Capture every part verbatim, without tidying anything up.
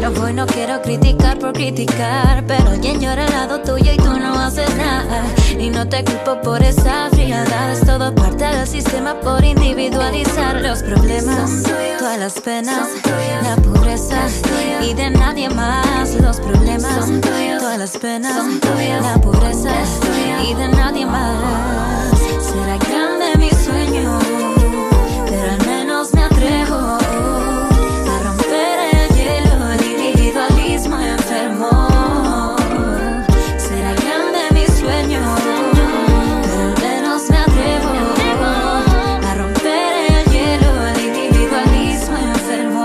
No voy, no quiero criticar por criticar, pero alguien llora al lado tuyo y tú no haces nada. Y no te culpo por esa frialdad, es todo parte del sistema por individualizar los problemas, todas las penas, la pobreza y de nadie más. Los problemas, todas las penas, la pobreza y de nadie más. Será grande mi sueño, pero al menos me atrevo a romper el hielo, el individualismo enfermo. Será grande mi sueño, pero al menos me atrevo a romper el hielo, el individualismo enfermo.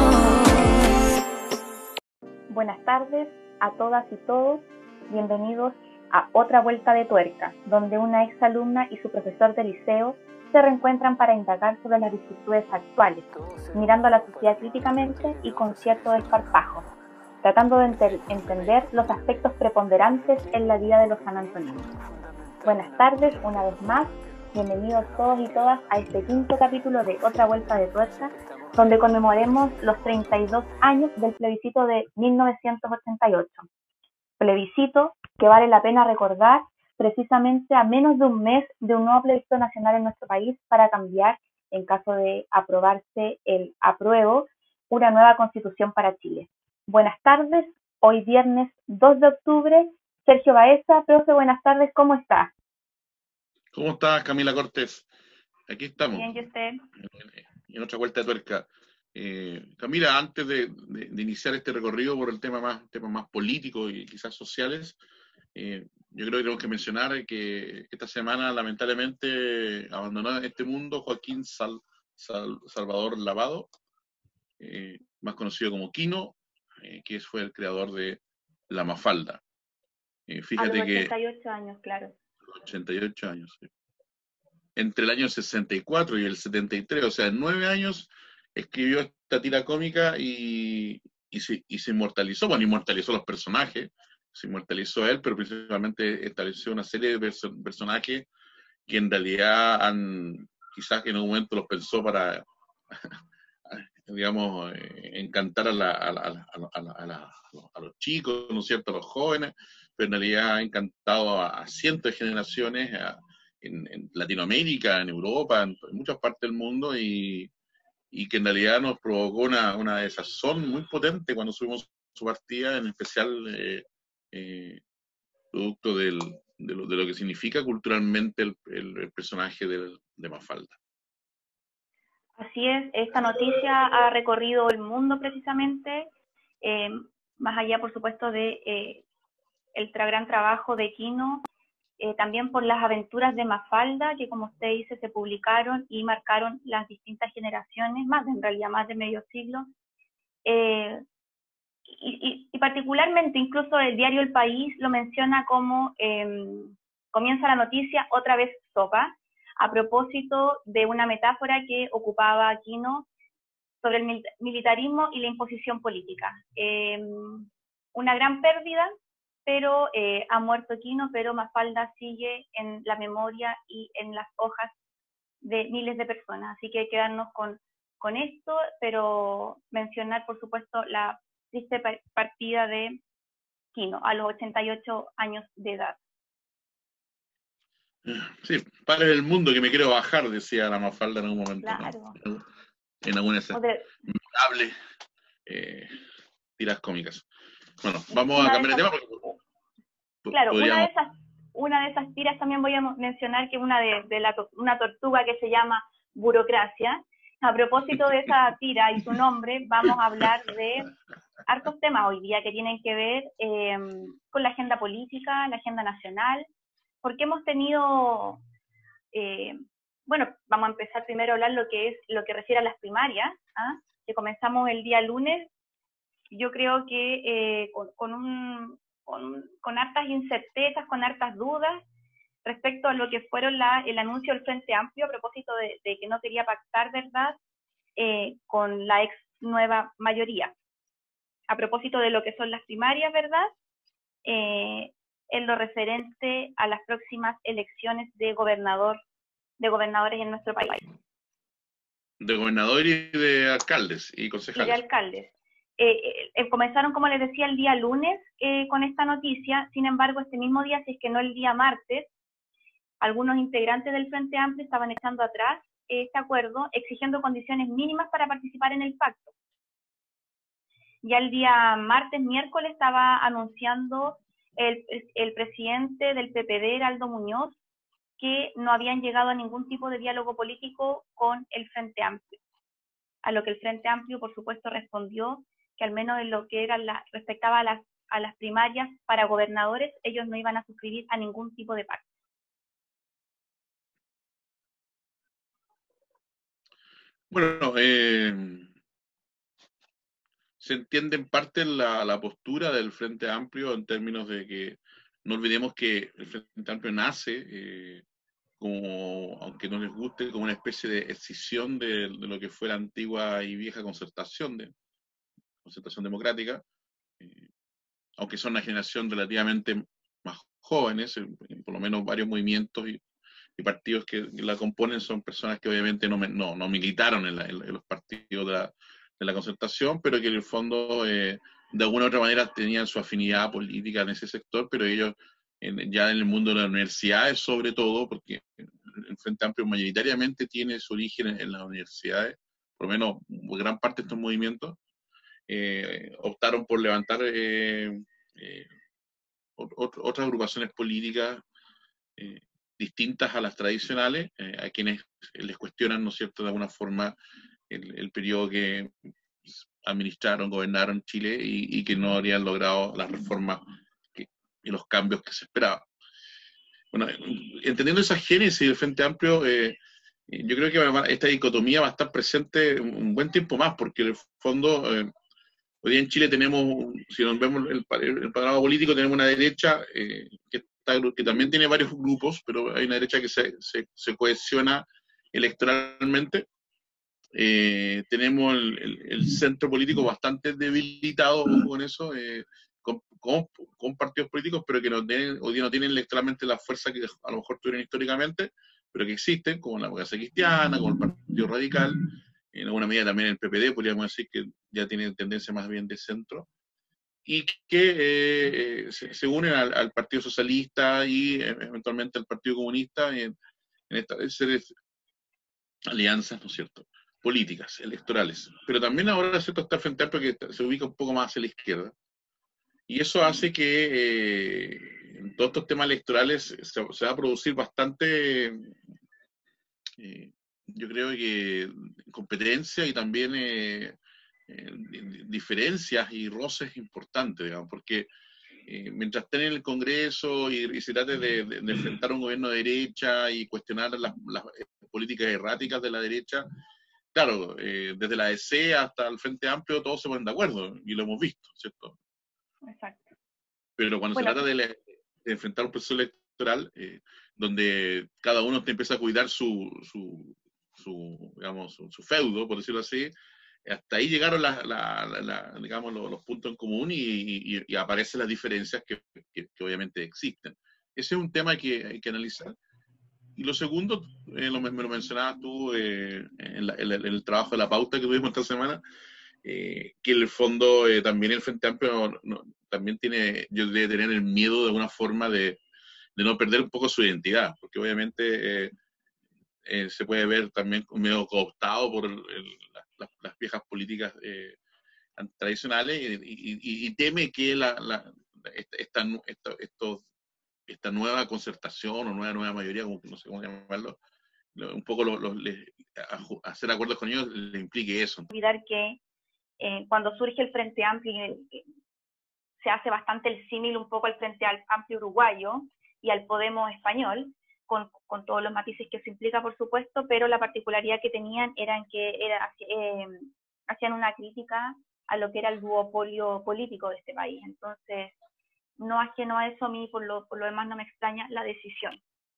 Buenas tardes a todas y todos, bienvenidos a otra vuelta de tuerca, donde una exalumna y su profesor de liceo se reencuentran para indagar sobre las vicisitudes actuales, mirando a la sociedad críticamente y con cierto desparpajo, tratando de enter- entender los aspectos preponderantes en la vida de los sanantoninos. Buenas tardes, una vez más, bienvenidos todos y todas a este quinto capítulo de Otra Vuelta de Tuerca, donde conmemoremos los treinta y dos años del plebiscito de mil novecientos ochenta y ocho. Plebiscito que vale la pena recordar precisamente a menos de un mes de un nuevo plebiscito nacional en nuestro país para cambiar, en caso de aprobarse el apruebo, una nueva constitución para Chile. Buenas tardes, hoy viernes dos de octubre, Sergio Baeza, profe, buenas tardes, ¿cómo está? ¿Cómo estás, Camila Cortés? Aquí estamos. Bien, ¿y usted? En otra vuelta de tuerca. Eh, Camila, antes de, de, de iniciar este recorrido por el tema más, tema más político y quizás sociales, eh, yo creo que tenemos que mencionar que esta semana lamentablemente abandonó este mundo Joaquín Sal, Sal, Salvador Lavado, eh, más conocido como Quino, eh, que fue el creador de La Mafalda. Eh, fíjate a los ochenta y ocho que, años, claro. ochenta y ocho años, sí. Entre el año sesenta y cuatro y el setenta y tres, o sea, en nueve años, escribió esta tira cómica y, y, se, y se inmortalizó. Bueno, inmortalizó los personajes, se inmortalizó él, pero principalmente estableció una serie de perso personajes que en realidad han, quizás en un momento los pensó para, digamos, eh, encantar a, la, a, la, a, la, a, la, a, la, a los chicos, ¿no es cierto?, a los jóvenes, pero en realidad ha encantado a, a cientos de generaciones, a, En, en Latinoamérica, en Europa, en, en muchas partes del mundo, y, y que en realidad nos provocó una, una desazón muy potente cuando subimos su partida, en especial eh, eh, producto del, de, lo, de lo que significa culturalmente el, el, el personaje del, de Mafalda. Así es, esta noticia ha recorrido el mundo precisamente, eh, más allá, por supuesto, de eh, el tra gran trabajo de Quino, eh, también por las aventuras de Mafalda, que como usted dice, se publicaron y marcaron las distintas generaciones, más en realidad más de medio siglo, eh, y, y, y particularmente incluso el diario El País lo menciona como eh, comienza la noticia otra vez sopa, a propósito de una metáfora que ocupaba Aquino sobre el mil militarismo y la imposición política. Eh, una gran pérdida, pero eh, ha muerto Quino, pero Mafalda sigue en la memoria y en las hojas de miles de personas. Así que hay que quedarnos con, con esto, pero mencionar, por supuesto, la triste partida de Quino a los ochenta y ocho años de edad. Sí, padre del mundo que me quiero bajar, decía la Mafalda en algún momento. Claro. ¿No? En algunas memorables eh, tiras cómicas. Bueno, vamos una a cambiar de, de tema. Esas, porque claro, podríamos... una de esas una de esas tiras también voy a mencionar que una de, de la, una tortuga que se llama Burocracia. A propósito de esa tira y su nombre, vamos a hablar de hartos temas hoy día que tienen que ver eh, con la agenda política, la agenda nacional, porque hemos tenido, eh, bueno, vamos a empezar primero a hablar lo que es lo que refiere a las primarias, ¿ah? Que comenzamos el día lunes, yo creo que eh, con, con, un, con, con hartas incertezas, con hartas dudas respecto a lo que fueron la, el anuncio del Frente Amplio a propósito de, de que no quería pactar, ¿verdad?, eh, con la ex nueva mayoría. A propósito de lo que son las primarias, ¿verdad?, eh, en lo referente a las próximas elecciones de gobernador, de gobernadores en nuestro país. De gobernador y de alcaldes y concejales. Y de alcaldes. eh, eh, comenzaron, como les decía, el día lunes eh, con esta noticia. Sin embargo, este mismo día, si es que no el día martes, algunos integrantes del Frente Amplio estaban echando atrás este acuerdo, exigiendo condiciones mínimas para participar en el pacto. Ya el día martes, miércoles, estaba anunciando el, el presidente del P P D, Heraldo Muñoz, que no habían llegado a ningún tipo de diálogo político con el Frente Amplio. A lo que el Frente Amplio, por supuesto, respondió que al menos en lo que era la, respectaba a las, a las primarias para gobernadores, ellos no iban a suscribir a ningún tipo de pacto. Bueno, eh, se entiende en parte la, la postura del Frente Amplio en términos de que no olvidemos que el Frente Amplio nace, eh, como, aunque no les guste, como una especie de escisión de, de lo que fue la antigua y vieja concertación, de, concertación democrática, eh, aunque son una generación relativamente más jóvenes, eh, por lo menos varios movimientos y, y partidos que, que la componen son personas que obviamente no, no, no militaron en, la, en, los partidos de la, de la concertación, pero que en el fondo eh, de alguna u otra manera tenían su afinidad política en ese sector, pero ellos en, ya en el mundo de las universidades sobre todo, porque el Frente Amplio mayoritariamente tiene su origen en, en las universidades, por lo menos gran parte de estos movimientos, eh, optaron por levantar eh, eh, otras agrupaciones políticas eh, distintas a las tradicionales, eh, a quienes les cuestionan, ¿no es cierto?, de alguna forma el, el periodo que administraron, gobernaron Chile y, y que no habrían logrado las reformas que, y los cambios que se esperaban. Bueno, entendiendo esa génesis del Frente Amplio, eh, yo creo que esta dicotomía va a estar presente un buen tiempo más, porque en el fondo, eh, hoy día en Chile tenemos, si nos vemos el, el panorama político, tenemos una derecha eh, que, está, que también tiene varios grupos, pero hay una derecha que se, se, se cohesiona electoralmente. Eh, tenemos el, el, el centro político bastante debilitado, ojo con eso, eh, con, con, con partidos políticos, pero que no tienen, hoy día no tienen electoralmente la fuerza que a lo mejor tuvieron históricamente, pero que existen, como la Democracia Cristiana, como el Partido Radical, en alguna medida también el P P D, podríamos decir que ya tiene tendencia más bien de centro, y que eh, se, se unen al, al Partido Socialista y eh, eventualmente al Partido Comunista en, en establecer alianzas, ¿no es cierto?, políticas, electorales. Pero también ahora, ¿cierto?, está Frente Amplio que se ubica un poco más hacia la izquierda. Y eso hace que eh, en todos estos temas electorales se, se va a producir bastante, eh, yo creo que competencia y también eh, eh, diferencias y roces importantes, digamos, porque eh, mientras estén en el Congreso y, y se trate de, de, de enfrentar un gobierno de derecha y cuestionar las, las políticas erráticas de la derecha, claro, eh, desde la D C hasta el Frente Amplio todos se ponen de acuerdo, y lo hemos visto, ¿cierto? Exacto. Pero cuando bueno, se trata de, la, de enfrentar un proceso electoral, eh, donde cada uno te empieza a cuidar su, su, su digamos, su, su feudo, por decirlo así, hasta ahí llegaron la, la, la, la, digamos, los, los puntos en común y, y, y aparecen las diferencias que, que, que obviamente existen. Ese es un tema que hay que analizar. Y lo segundo, eh, lo, me lo mencionabas tú eh, en, la, en, la, en el trabajo de la pauta que tuvimos esta semana, eh, que en el fondo eh, también el Frente Amplio no, no, también tiene, yo debe tener el miedo de alguna forma de, de no perder un poco su identidad, porque obviamente eh, eh, se puede ver también medio cooptado por el, el, las, las viejas políticas eh, tradicionales y, y, y, teme que la, la, esta, esta, esta, estos esta nueva concertación o nueva nueva mayoría, como no sé cómo llamarlo, un poco lo, lo, le, a, hacer acuerdos con ellos le implique eso. Olvidar que eh, cuando surge el Frente Amplio eh, se hace bastante el símil un poco al Frente Amplio uruguayo y al Podemos español, con, con todos los matices que se implica, por supuesto, pero la particularidad que tenían era en que era, eh, hacían una crítica a lo que era el duopolio político de este país. Entonces, no ajeno a eso, a mí por lo, por lo demás no me extraña la decisión.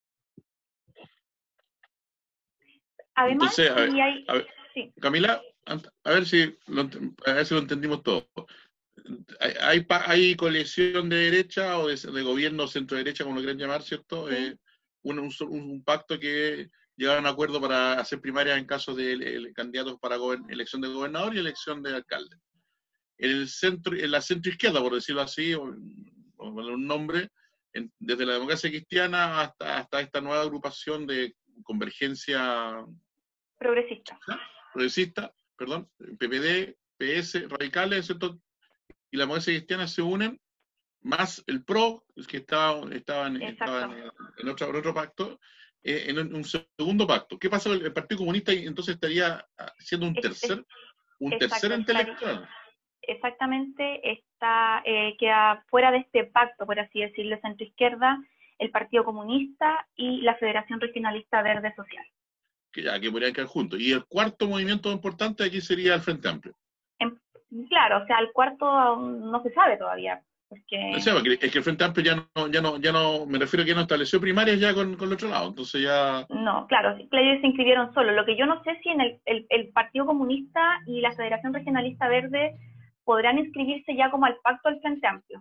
Además, Entonces, a ver, y hay, a ver, sí. Camila, a ver si lo, a ver si lo entendimos todo. Hay, hay, hay coalición de derecha o de, de gobierno centro-derecha, como lo quieran llamar, ¿cierto? Sí. Eh, un, un, un pacto que llegaron a un acuerdo para hacer primarias en caso de el, el, candidatos para elección de gobernador y elección de alcalde. en el centro, en la centroizquierda, por decirlo así, o, o un nombre, en, desde la democracia cristiana hasta, hasta esta nueva agrupación de convergencia progresista. progresista, perdón, P P D, P S, radicales, ¿cierto? Y la democracia cristiana se unen, más el P R O, que estaba, estaban, estaban en, en, otro, en otro pacto, eh, en un segundo pacto. ¿Qué pasa con el Partido Comunista? Entonces estaría siendo un tercer, un Exacto, tercer ente electoral. Exactamente, está, eh, queda fuera de este pacto, por así decirlo, centro-izquierda, el Partido Comunista y la Federación Regionalista Verde Social. Que ya, que podrían quedar juntos. Y el cuarto movimiento importante aquí sería el Frente Amplio. En, claro, o sea, el cuarto aún no se sabe todavía. Porque... O sea, es que el Frente Amplio ya no, ya no, ya no, me refiero a que no estableció primarias ya con, con el otro lado, entonces ya... No, claro, ellos se inscribieron solo. Lo que yo no sé si en el, el, el Partido Comunista y la Federación Regionalista Verde podrán inscribirse ya como al pacto del Frente Amplio.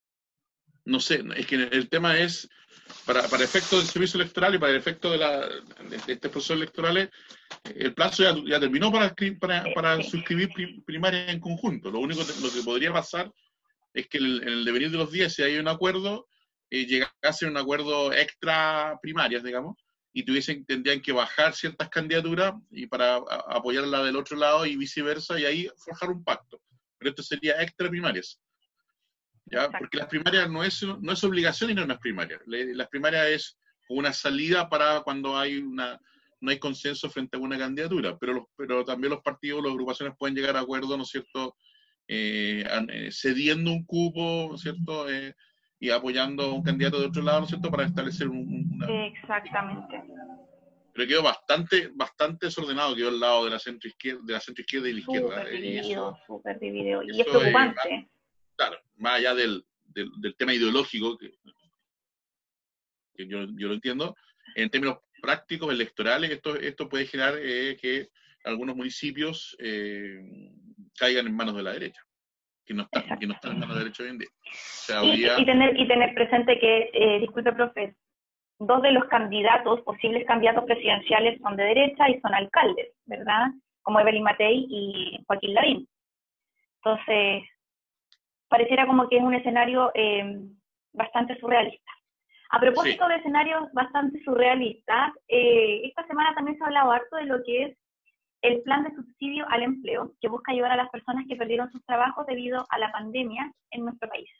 No sé, es que el tema es, para, para efectos del servicio electoral y para el efecto de, la, de este proceso electoral, el plazo ya, ya terminó para, para, para sí. suscribir primarias en conjunto. Lo único lo que podría pasar es que el, en el devenir de los días, si hay un acuerdo, eh, llegase a un acuerdo extra primarias, digamos, y tuviesen, tendrían que bajar ciertas candidaturas y para a, apoyar la del otro lado y viceversa, y ahí forjar un pacto. Pero esto sería extra primarias. ¿Ya? Porque las primarias no es, no es obligación y no es primaria. Las primarias es una salida para cuando hay una, no hay consenso frente a una candidatura, pero, los, pero también los partidos, las agrupaciones pueden llegar a acuerdo, ¿no es cierto?, eh, cediendo un cupo, ¿no es cierto?, eh, y apoyando a un candidato de otro lado, ¿no es cierto?, para establecer un, una... Exactamente. Pero quedó bastante, bastante desordenado, quedó al lado de la centroizquierda, de la centroizquierda y la izquierda. Súper dividido, súper dividido. Y eso es preocupante. Es más, claro, más allá del, del, del tema ideológico, que, que yo, yo lo entiendo, en términos prácticos, electorales, esto, esto puede generar eh, que algunos municipios eh, caigan en manos de la derecha, que no están, que no están en manos de la derecha hoy en día. O sea, y, habría... y, tener, y tener presente que, eh, disculpe, profe, dos de los candidatos, posibles candidatos presidenciales, son de derecha y son alcaldes, ¿verdad? Como Evelyn Matei y Joaquín Lavín. Entonces, pareciera como que es un escenario eh, bastante surrealista. A propósito sí. de escenarios bastante surrealistas, eh, esta semana también se ha hablado harto de lo que es el plan de subsidio al empleo, que busca ayudar a las personas que perdieron sus trabajos debido a la pandemia en nuestro país.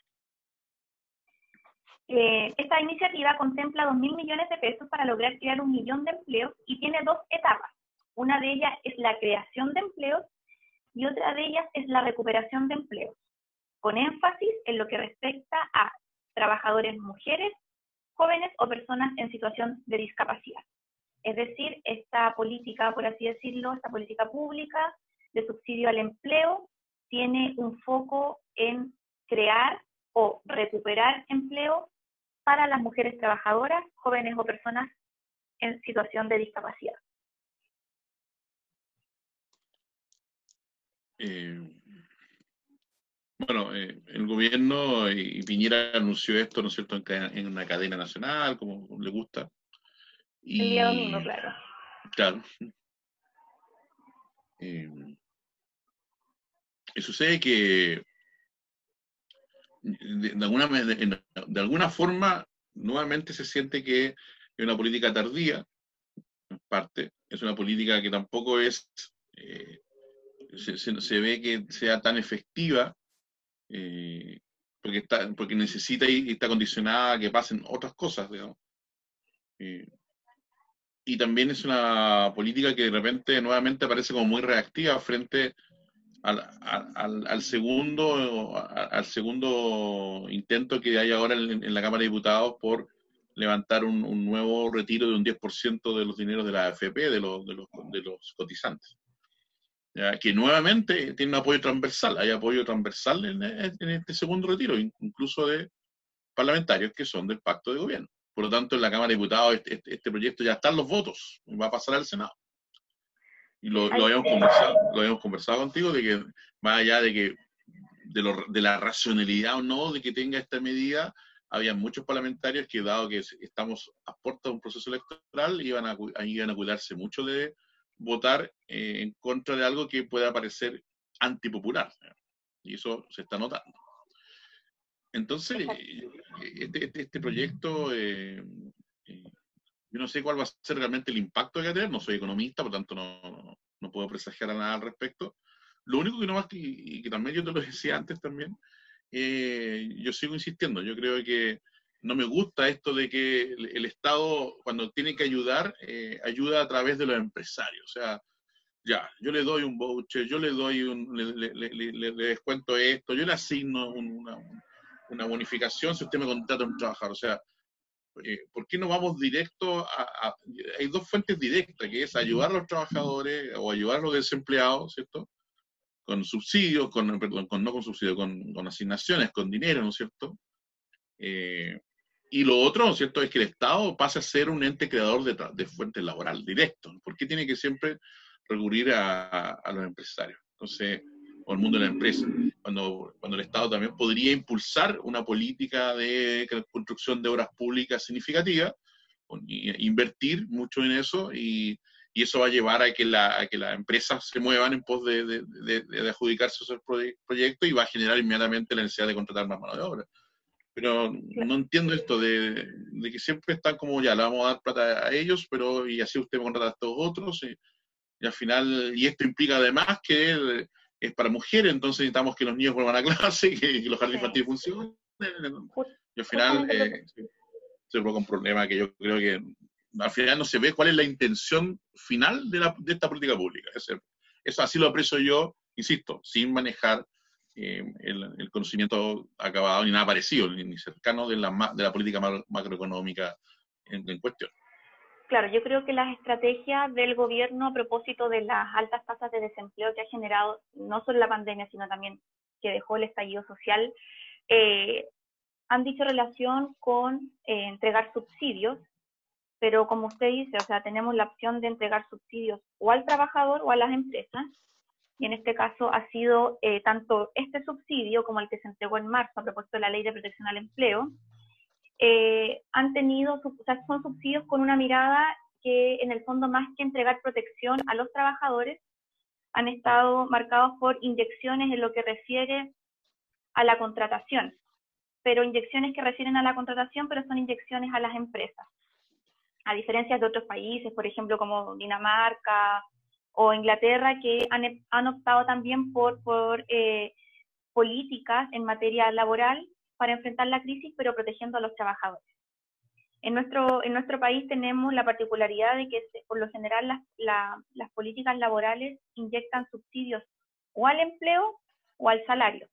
Eh, esta iniciativa contempla dos mil millones de pesos para lograr crear un millón de empleos y tiene dos etapas. Una de ellas es la creación de empleos y otra de ellas es la recuperación de empleos, con énfasis en lo que respecta a trabajadores mujeres, jóvenes o personas en situación de discapacidad. Es decir, esta política, por así decirlo, esta política pública de subsidio al empleo tiene un foco en crear o recuperar empleo para las mujeres trabajadoras, jóvenes o personas en situación de discapacidad. Eh, bueno, eh, el gobierno y Piñera anunció esto, ¿no es cierto?, en, en una cadena nacional, como le gusta. Y, el día domingo, claro. Claro. Eh, y sucede que de, de, alguna, de, de alguna forma nuevamente se siente que es una política tardía, en parte, es una política que tampoco es, eh, se, se, se ve que sea tan efectiva, eh, porque, está, porque necesita y está condicionada a que pasen otras cosas, digamos. Eh, y también es una política que de repente nuevamente aparece como muy reactiva frente al, al, al, segundo, al segundo intento que hay ahora en, en la Cámara de Diputados por levantar un, un nuevo retiro de un diez por ciento de los dineros de la A F P, de los, de los, de los cotizantes. ¿Ya? Que nuevamente tiene un apoyo transversal, hay apoyo transversal en, en este segundo retiro, incluso de parlamentarios que son del pacto de gobierno. Por lo tanto, en la Cámara de Diputados este, este, este proyecto ya está en los votos, va a pasar al Senado. Y lo, lo, habíamos conversado, lo habíamos conversado contigo, de que más allá de que de, lo, de la racionalidad o no de que tenga esta medida, había muchos parlamentarios que, dado que estamos a puerta de un proceso electoral, iban a, iban a cuidarse mucho de votar eh, en contra de algo que pueda parecer antipopular. y eso se está notando. Entonces, este, este, este proyecto, eh, eh, yo no sé cuál va a ser realmente el impacto que va a tener, no soy economista, por tanto no, no puedo presagiar nada al respecto. Lo único que no más, que, y que también yo te lo decía antes también, eh, yo sigo insistiendo, yo creo que no me gusta esto de que el, el Estado, cuando tiene que ayudar, eh, ayuda a través de los empresarios. O sea, ya, yo le doy un voucher, yo le doy un, le, le, le, le, le descuento esto, yo le asigno un, una, una bonificación si usted me contrata a un trabajador. O sea, eh, ¿por qué no vamos directo a, a... Hay dos fuentes directas, que es ayudar a los trabajadores o ayudar a los desempleados, ¿cierto? Con subsidios, con, perdón, con, no con subsidios, con, con asignaciones, con dinero, ¿no es cierto? Eh, y lo otro, ¿no es cierto?, es que el Estado pase a ser un ente creador de, de fuentes laborales directos. ¿Por qué tiene que siempre recurrir a, a los empresarios? Entonces, o el mundo de la empresa, cuando, cuando el Estado también podría impulsar una política de construcción de obras públicas significativa, invertir mucho en eso, y, y eso va a llevar a que, la, a que las empresas se muevan en pos de, de, de, de adjudicarse esos proyectos, y va a generar inmediatamente la necesidad de contratar más mano de obra. Pero no entiendo esto de, de que siempre están como, ya, le vamos a dar plata a ellos, pero y así usted contrata a estos otros, y, y al final, y esto implica además que es para mujeres, entonces necesitamos que los niños vuelvan a clase, que, que los jardines infantiles funcionen, y al final eh, se provoca un problema que yo creo que al final no se ve cuál es la intención final de, la, de esta política pública. Eso, eso así lo aprecio yo, insisto, sin manejar eh, el, el conocimiento acabado ni nada parecido, ni, ni cercano de la, de la política macroeconómica en, en cuestión. Claro, yo creo que las estrategias del gobierno a propósito de las altas tasas de desempleo que ha generado no solo la pandemia, sino también que dejó el estallido social, eh, han dicho relación con eh, entregar subsidios, pero como usted dice, o sea, tenemos la opción de entregar subsidios o al trabajador o a las empresas, y en este caso ha sido eh, tanto este subsidio como el que se entregó en marzo a propósito de la Ley de Protección al Empleo, eh, han tenido, o sea, son subsidios con una mirada que en el fondo, más que entregar protección a los trabajadores, han estado marcados por inyecciones en lo que refiere a la contratación, pero inyecciones que refieren a la contratación, pero son inyecciones a las empresas. A diferencia de otros países, por ejemplo, como Dinamarca o Inglaterra, que han, han optado también por, por eh, políticas en materia laboral para enfrentar la crisis, pero protegiendo a los trabajadores. En nuestro, en nuestro país tenemos la particularidad de que, por lo general, las, la, las políticas laborales inyectan subsidios o al empleo o al salario.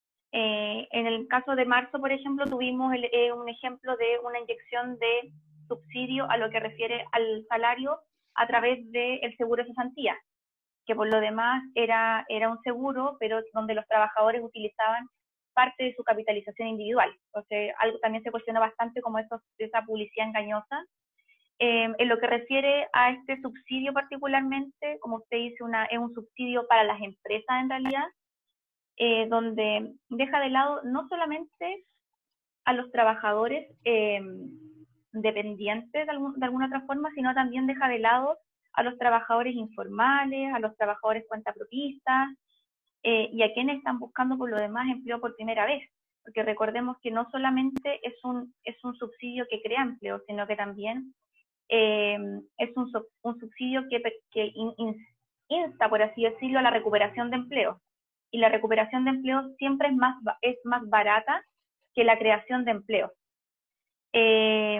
Eh, en el caso de marzo, por ejemplo, tuvimos el, eh, un ejemplo de una inyección de subsidio a lo que refiere al salario a través del seguro de cesantía, que por lo demás era, era un seguro, pero donde los trabajadores utilizaban parte de su capitalización individual. Entonces, algo también se cuestiona bastante como eso, esa publicidad engañosa. Eh, en lo que refiere a este subsidio particularmente, como usted dice, una, es un subsidio para las empresas en realidad, eh, donde deja de lado no solamente a los trabajadores eh, dependientes de, algún, de alguna otra forma, sino también deja de lado a los trabajadores informales, a los trabajadores cuentapropistas, eh, y a quienes están buscando por lo demás empleo por primera vez, porque recordemos que no solamente es un, es un subsidio que crea empleo, sino que también eh, es un, un subsidio que, que in, in, insta, por así decirlo, a la recuperación de empleo, y la recuperación de empleo siempre es más, es más barata que la creación de empleo. Eh,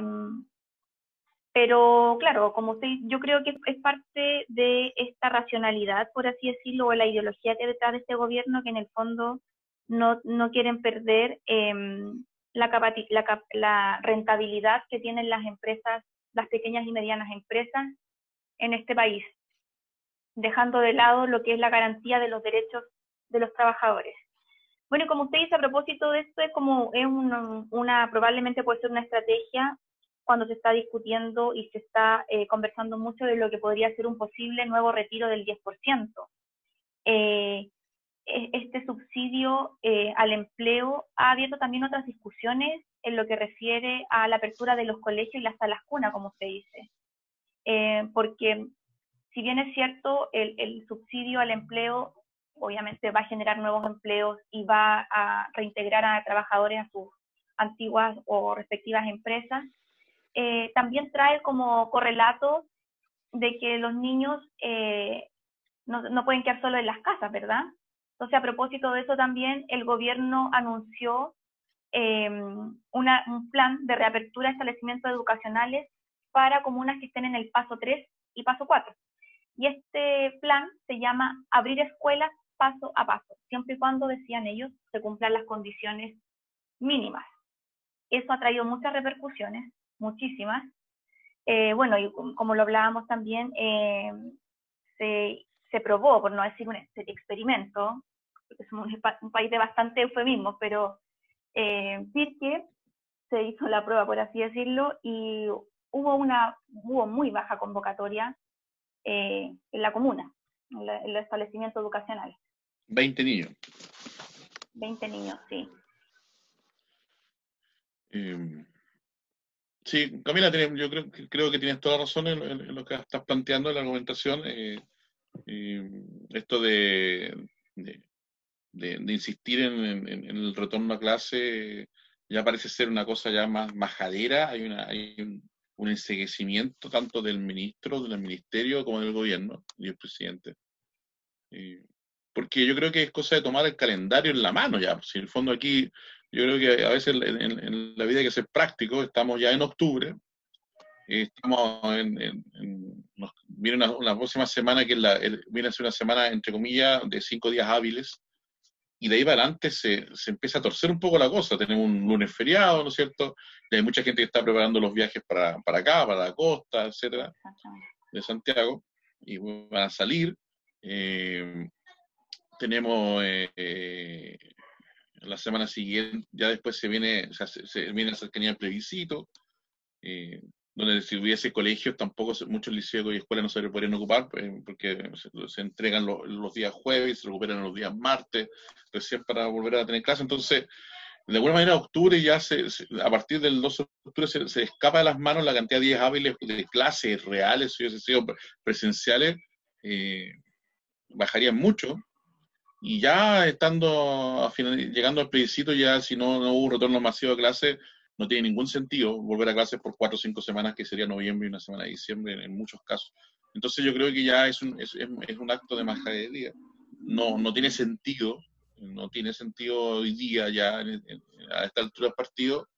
pero claro, como usted, yo creo que es parte de esta racionalidad, por así decirlo, o la ideología que hay detrás de este gobierno, que en el fondo no, no quieren perder eh, la, la, la rentabilidad que tienen las empresas, las pequeñas y medianas empresas en este país, dejando de lado lo que es la garantía de los derechos de los trabajadores. Bueno, y como usted dice, a propósito de esto, es como es una, una probablemente puede ser una estrategia cuando se está discutiendo y se está eh, conversando mucho de lo que podría ser un posible nuevo retiro del diez por ciento. Eh, este subsidio eh, al empleo ha abierto también otras discusiones en lo que refiere a la apertura de los colegios y las salas cuna, como usted dice. Eh, porque si bien es cierto, el, el subsidio al empleo obviamente va a generar nuevos empleos y va a reintegrar a trabajadores a sus antiguas o respectivas empresas, eh, también trae como correlato de que los niños eh, no, no pueden quedar solos en las casas, ¿verdad? Entonces, a propósito de eso también, el gobierno anunció eh, una, un plan de reapertura de establecimientos educacionales para comunas que estén en el paso tres y paso cuatro. Y este plan se llama Abrir Escuelas Paso a Paso, siempre y cuando, decían ellos, se cumplan las condiciones mínimas. Eso ha traído muchas repercusiones, muchísimas. Eh, bueno, y como lo hablábamos también, eh, se, se probó, por no decir un experimento, porque somos un, un país de bastante eufemismos, pero eh, Pirque se hizo la prueba, por así decirlo, y hubo una hubo muy baja convocatoria eh, en la comuna, en, la, en los establecimientos educacionales. veinte niños. veinte niños, sí. Eh, sí, Camila, yo creo, creo que tienes toda la razón en, en, en lo que estás planteando en la argumentación. Eh, eh, esto de, de, de, de insistir en, en, en el retorno a clase ya parece ser una cosa ya más majadera. Hay, una, hay un, un enceguecimiento tanto del ministro, del ministerio, como del gobierno y el presidente. Eh, porque yo creo que es cosa de tomar el calendario en la mano ya. Si en el fondo aquí, yo creo que a veces en, en, en la vida hay que ser práctico. Estamos ya en octubre, eh, estamos en, en, en nos, viene una, una próxima semana que es la, el, viene a ser una semana, entre comillas, de cinco días hábiles, y de ahí para adelante se, se empieza a torcer un poco la cosa. Tenemos un lunes feriado, ¿no es cierto? Y hay mucha gente que está preparando los viajes para, para acá, para la costa, etcétera, de Santiago, y van a salir. Eh, tenemos eh, eh, la semana siguiente, ya después se viene, o sea, se, se viene la cercanía del plebiscito, eh, donde si hubiese colegios tampoco muchos liceos y escuelas no se podrían ocupar, eh, porque se, se entregan lo, los días jueves, se recuperan los días martes, recién para volver a tener clase. Entonces, de alguna manera, octubre ya, se, se, a partir del dos de octubre, se, se escapa de las manos la cantidad de días hábiles de clases reales, si hubiese sido presenciales, eh, bajarían mucho. Y ya estando a final, llegando al plebiscito, ya si no, no hubo un retorno masivo a clase, no tiene ningún sentido volver a clases por cuatro o cinco semanas, que sería noviembre y una semana de diciembre en, en muchos casos. Entonces yo creo que ya es un, es, es un acto de majadería. No, no tiene sentido, no tiene sentido hoy día ya en, en, a esta altura del partido,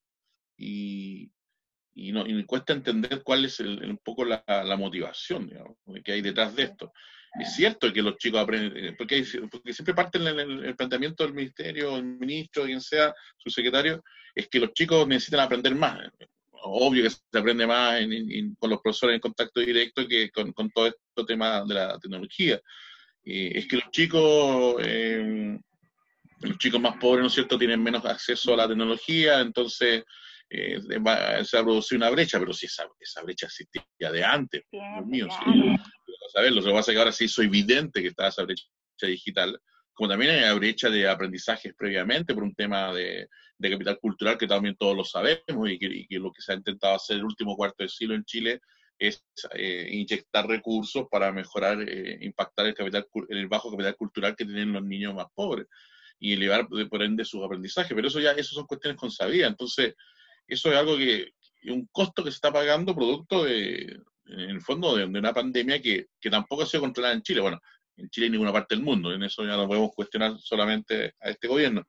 y, y, no, y me cuesta entender cuál es el, un poco la, la motivación, digamos, que hay detrás de esto. Es cierto que los chicos aprenden, porque, hay, porque siempre parte en el, el planteamiento del ministerio, el ministro, quien sea, su secretario, es que los chicos necesitan aprender más. Obvio que se aprende más en, en, con los profesores en contacto directo que con, con todo este tema de la tecnología. Eh, es que los chicos, eh, los chicos más pobres, ¿no es cierto?, tienen menos acceso a la tecnología, entonces eh, va, se va a producir una brecha, pero si esa, esa brecha existía de antes, sí, Dios mío, claro. Sí. Saberlo. Lo que pasa es que ahora sí soy evidente que está esa brecha digital, como también hay una brecha de aprendizajes previamente por un tema de, de capital cultural que también todos lo sabemos, y que, y que lo que se ha intentado hacer el último cuarto de siglo en Chile es eh, inyectar recursos para mejorar, eh, impactar el, capital, el bajo capital cultural que tienen los niños más pobres y elevar por ende sus aprendizajes, pero eso ya, eso son cuestiones consabidas. Entonces eso es algo que, un costo que se está pagando producto de, en el fondo, de, de una pandemia que, que tampoco ha sido controlada en Chile. Bueno, en Chile y en ninguna parte del mundo, en eso ya no podemos cuestionar solamente a este gobierno,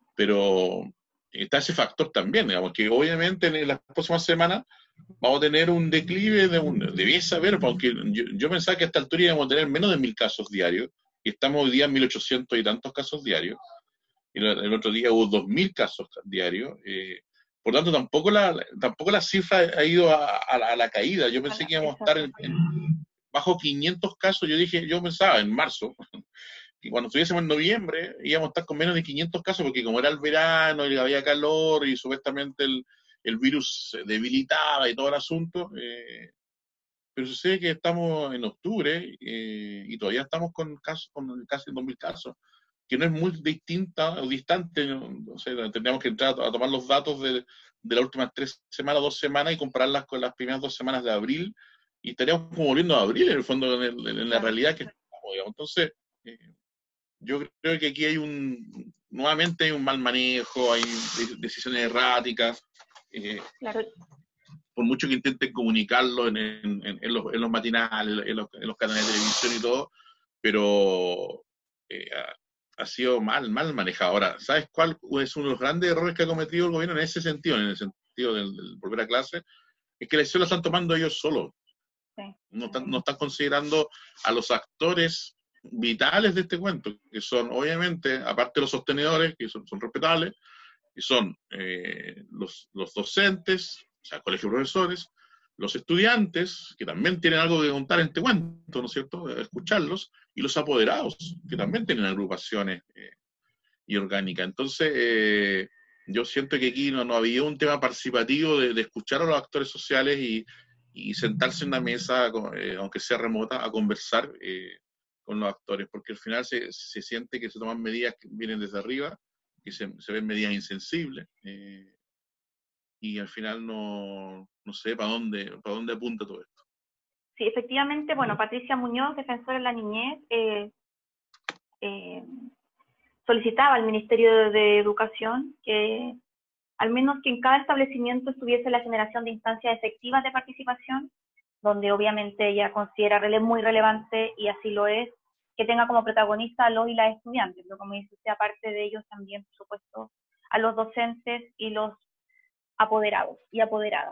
pero está ese factor también, digamos, que obviamente en las próximas semanas vamos a tener un declive, de un, debí saber, porque yo, yo pensaba que a esta altura íbamos a tener menos de mil casos diarios, y estamos hoy día en mil ochocientos y tantos casos diarios, y el, el otro día hubo dos mil casos diarios, eh, por tanto, tampoco la, tampoco la cifra ha ido a, a, la, a la caída. Yo pensé que íbamos a estar en, en bajo quinientos casos. Yo dije, yo pensaba en marzo, que cuando estuviésemos en noviembre íbamos a estar con menos de quinientos casos, porque como era el verano y había calor y supuestamente el, el virus se debilitaba y todo el asunto, eh, pero sucede que estamos en octubre eh, y todavía estamos con, casos, con casi dos mil casos, que no es muy distinta o distante, ¿no? O sea, tendríamos que entrar a tomar los datos de, de las últimas tres semanas, dos semanas, y compararlas con las primeras dos semanas de abril, y estaríamos como volviendo a abril, en el fondo, en, el, en la realidad que estamos, digamos. Entonces, eh, yo creo que aquí hay un, nuevamente hay un mal manejo, hay decisiones erráticas, eh, claro. por mucho que intenten comunicarlo en, en, en, los, en los matinales, en los, en los canales de televisión y todo, pero eh, ha, ha sido mal, mal manejado. Ahora, ¿sabes cuál es uno de los grandes errores que ha cometido el gobierno en ese sentido, en el sentido del, del volver a clase? Es que la decisión la están tomando ellos solos. Sí. No, están, no están considerando a los actores vitales de este cuento, que son, obviamente, aparte de los sostenedores, que son, son respetables, que son eh, los, los docentes, o sea, colegios de profesores, los estudiantes, que también tienen algo que contar en este cuento, ¿no es cierto?, escucharlos, y los apoderados, que también tienen agrupaciones eh, y orgánicas. Entonces, eh, yo siento que aquí no, no había un tema participativo de, de escuchar a los actores sociales y, y sentarse en una mesa, eh, aunque sea remota, a conversar eh, con los actores, porque al final se, se siente que se toman medidas que vienen desde arriba, que se, se ven medidas insensibles, eh, y al final no, no sé para dónde, para dónde apunta todo esto. Sí, efectivamente, bueno, Patricia Muñoz, defensora de la niñez, eh, eh, solicitaba al Ministerio de Educación que al menos que en cada establecimiento estuviese la generación de instancias efectivas de participación, donde obviamente ella considera muy relevante, y así lo es, que tenga como protagonista a los y las estudiantes, pero como dice usted, aparte de ellos también, por supuesto, a los docentes y los apoderados y apoderadas.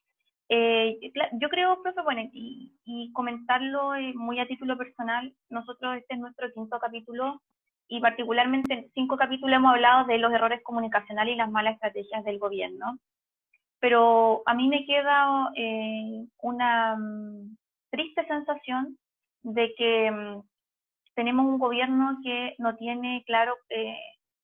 Eh, yo creo, profe, bueno, y, y comentarlo eh, muy a título personal, nosotros este es nuestro quinto capítulo, y particularmente en cinco capítulos hemos hablado de los errores comunicacionales y las malas estrategias del gobierno, pero a mí me queda eh, una um, triste sensación de que um, tenemos un gobierno que no tiene claro eh,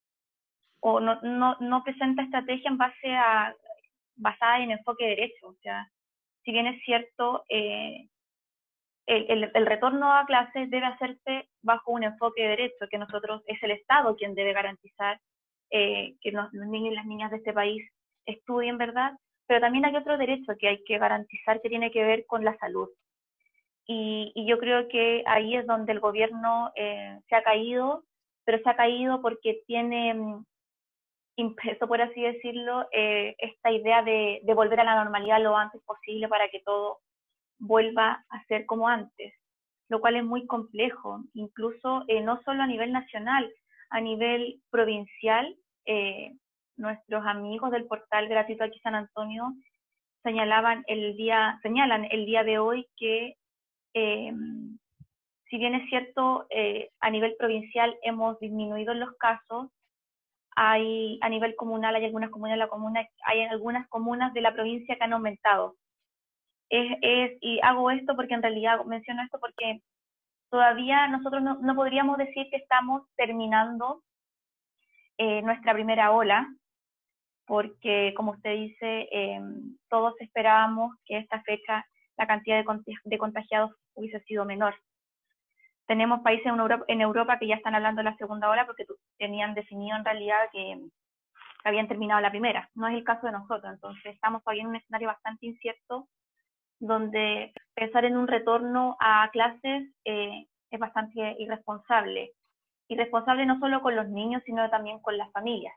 o no, no, no presenta estrategia en base a basada en enfoque derecho. O sea, si bien es cierto, eh, el, el, el retorno a clases debe hacerse bajo un enfoque de derecho, que nosotros es el Estado quien debe garantizar eh, que nos, los niños y las niñas de este país estudien, ¿verdad? Pero también hay otro derecho que hay que garantizar, que tiene que ver con la salud. Y, y yo creo que ahí es donde el gobierno eh, se ha caído, pero se ha caído porque tiene impreso, por así decirlo, eh, esta idea de, de volver a la normalidad lo antes posible para que todo vuelva a ser como antes, lo cual es muy complejo, incluso eh, no solo a nivel nacional, a nivel provincial. Eh, nuestros amigos del portal gratuito aquí San Antonio señalaban el día, señalan el día de hoy que eh, si bien es cierto, eh, a nivel provincial hemos disminuido los casos, hay a nivel comunal, hay algunas comunas de la comuna, hay algunas comunas de la provincia que han aumentado. Es, es, y hago esto porque en realidad menciono esto porque todavía nosotros no, no podríamos decir que estamos terminando eh, nuestra primera ola, porque como usted dice, eh, todos esperábamos que esta fecha la cantidad de, contagi de contagiados hubiese sido menor. Tenemos países en Europa, en Europa que ya están hablando de la segunda ola porque tenían definido en realidad que habían terminado la primera. No es el caso de nosotros, entonces estamos todavía en un escenario bastante incierto donde pensar en un retorno a clases eh, es bastante irresponsable. Irresponsable no solo con los niños, sino también con las familias.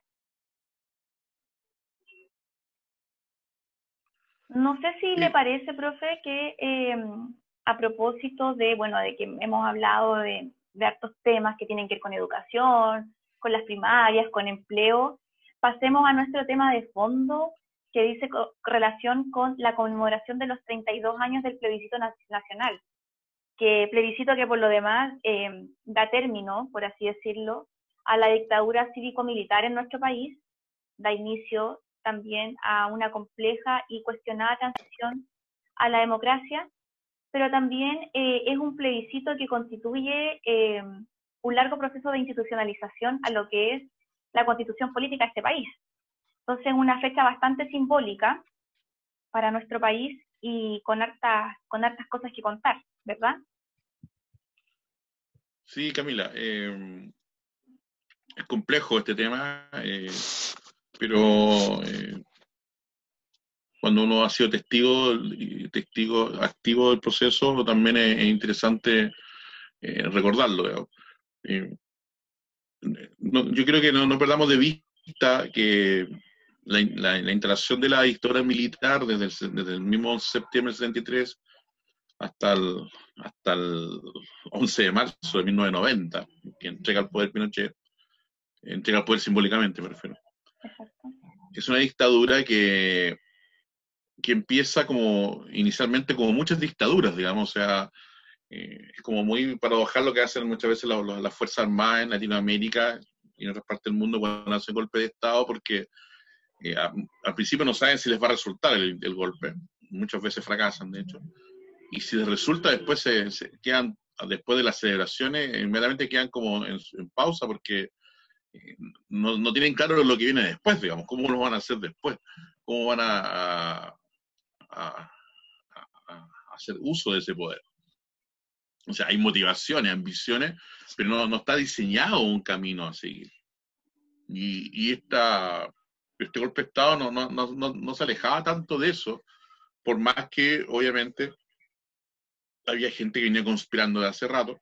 No sé si sí. le parece, profe, que eh, a propósito de, bueno, de que hemos hablado de, de hartos temas que tienen que ver con educación, con las primarias, con empleo, pasemos a nuestro tema de fondo, que dice co relación con la conmemoración de los treinta y dos años del plebiscito nacional, que plebiscito que por lo demás eh, da término, por así decirlo, a la dictadura cívico-militar en nuestro país, da inicio también a una compleja y cuestionada transición a la democracia, pero también eh, es un plebiscito que constituye eh, un largo proceso de institucionalización a lo que es la constitución política de este país. Entonces, una fecha bastante simbólica para nuestro país y con hartas, con hartas cosas que contar, ¿verdad? Sí, Camila, eh, es complejo este tema, eh, pero eh, cuando uno ha sido testigo, testigo activo del proceso, también es, es interesante eh, recordarlo. Eh, no, yo creo que no, no perdamos de vista que la, la, la instalación de la dictadura militar desde el, desde el mismo septiembre del setenta y tres hasta el, hasta el once de marzo de mil novecientos noventa, que entrega el poder Pinochet, entrega el poder simbólicamente, me refiero. Exacto. Es una dictadura que, que empieza como, inicialmente como muchas dictaduras, digamos, o sea, eh, es como muy paradojal lo que hacen muchas veces las la, la Fuerzas Armadas en Latinoamérica y en otras partes del mundo cuando hacen golpe de Estado, porque eh, a, al principio no saben si les va a resultar el, el golpe, muchas veces fracasan, de hecho. Y si les resulta, después se, se quedan, después de las celebraciones, inmediatamente quedan como en, en pausa porque eh, no, no tienen claro lo que viene después, digamos, cómo lo van a hacer después, cómo van a, a, a, a hacer uso de ese poder. O sea, hay motivaciones, ambiciones, pero no, no está diseñado un camino a seguir. Y, y esta, este golpe de Estado no, no, no, no, no se alejaba tanto de eso, por más que, obviamente, había gente que venía conspirando de hace rato,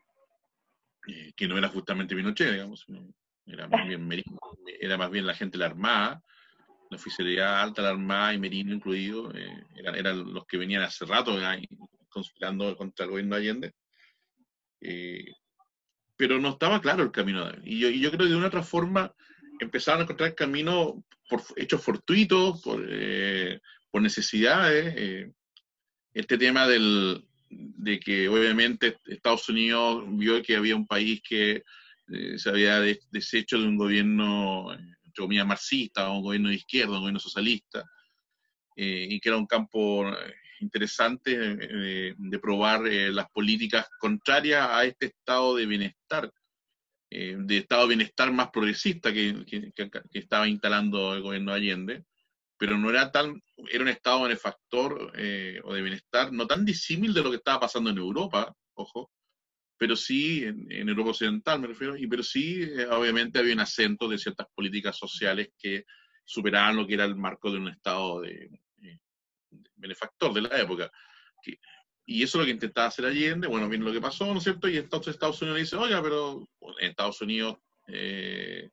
eh, que no era justamente Pinochet, digamos, sino era más bien Merino, era más bien la gente de la Armada, la oficialidad alta de la Armada y Merino incluido, eh, eran, eran los que venían hace rato eh, conspirando contra el gobierno de Allende, eh, pero no estaba claro el camino. Y yo, y yo creo que de una otra forma empezaron a encontrar caminos por hechos fortuitos, por, eh, por necesidades, eh, este tema del de que obviamente Estados Unidos vio que había un país que eh, se había de, deshecho de un gobierno, entre comillas, marxista, un gobierno de izquierda, un gobierno socialista, eh, y que era un campo interesante eh, de probar eh, las políticas contrarias a este estado de bienestar, eh, de estado de bienestar más progresista que, que, que, que estaba instalando el gobierno de Allende, pero no era tan, era un estado benefactor eh, o de bienestar no tan disímil de lo que estaba pasando en Europa, ojo, pero sí, en, en Europa Occidental me refiero, y pero sí, eh, obviamente había un acento de ciertas políticas sociales que superaban lo que era el marco de un estado de, eh, de benefactor de la época. Que, y eso es lo que intentaba hacer Allende, bueno, viene lo que pasó, ¿no es cierto? Y entonces Estados Unidos dice, oiga, pero en Estados Unidos... Eh,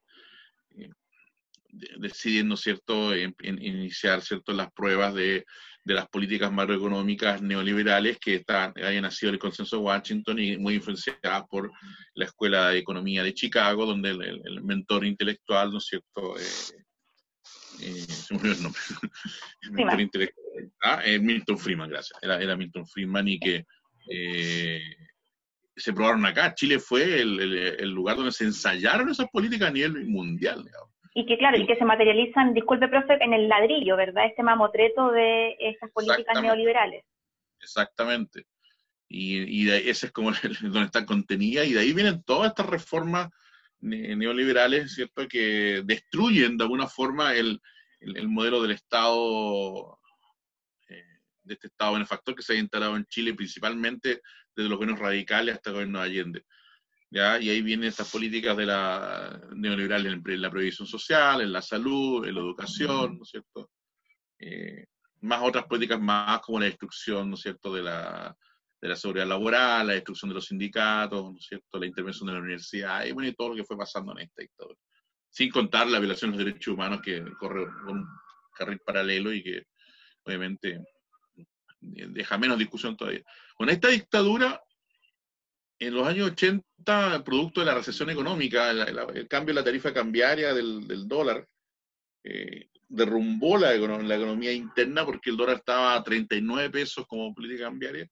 deciden, ¿no es cierto?, en, en iniciar, ¿cierto?, las pruebas de, de las políticas macroeconómicas neoliberales que están, hayan nacido el consenso de Washington y muy influenciadas por la Escuela de Economía de Chicago, donde el, el, el mentor intelectual, ¿no es cierto?, eh, eh, se me olvidó el nombre, el mentor intelectual, ah, eh, Milton Friedman, gracias, era, era Milton Friedman y que eh, se probaron acá. Chile fue el, el, el lugar donde se ensayaron esas políticas a nivel mundial, digamos. Y que, claro, y que se materializan, disculpe, profe, en el ladrillo, ¿verdad? Este mamotreto de estas políticas neoliberales. Exactamente. Y, y de, ese es como el, donde está contenida, y de ahí vienen todas estas reformas neoliberales, ¿cierto?, que destruyen de alguna forma el, el, el modelo del Estado, eh, de este Estado benefactor que se ha instalado en Chile, principalmente desde los gobiernos radicales hasta el gobierno de Allende. ¿Ya? Y ahí vienen estas políticas de la neoliberal en, en la previsión social, en la salud, en la educación, ¿no es cierto? Eh, más otras políticas más como la destrucción, ¿no es cierto?, de la, de la seguridad laboral, la destrucción de los sindicatos, ¿no es cierto?, la intervención de la universidad, y bueno, y todo lo que fue pasando en esta dictadura. Sin contar la violación de los derechos humanos que corre con un carril paralelo y que obviamente deja menos discusión todavía. Con esta dictadura, en los años ochenta, producto de la recesión económica, el, el cambio de la tarifa cambiaria del, del dólar, eh, derrumbó la, la economía interna porque el dólar estaba a treinta y nueve pesos como política cambiaria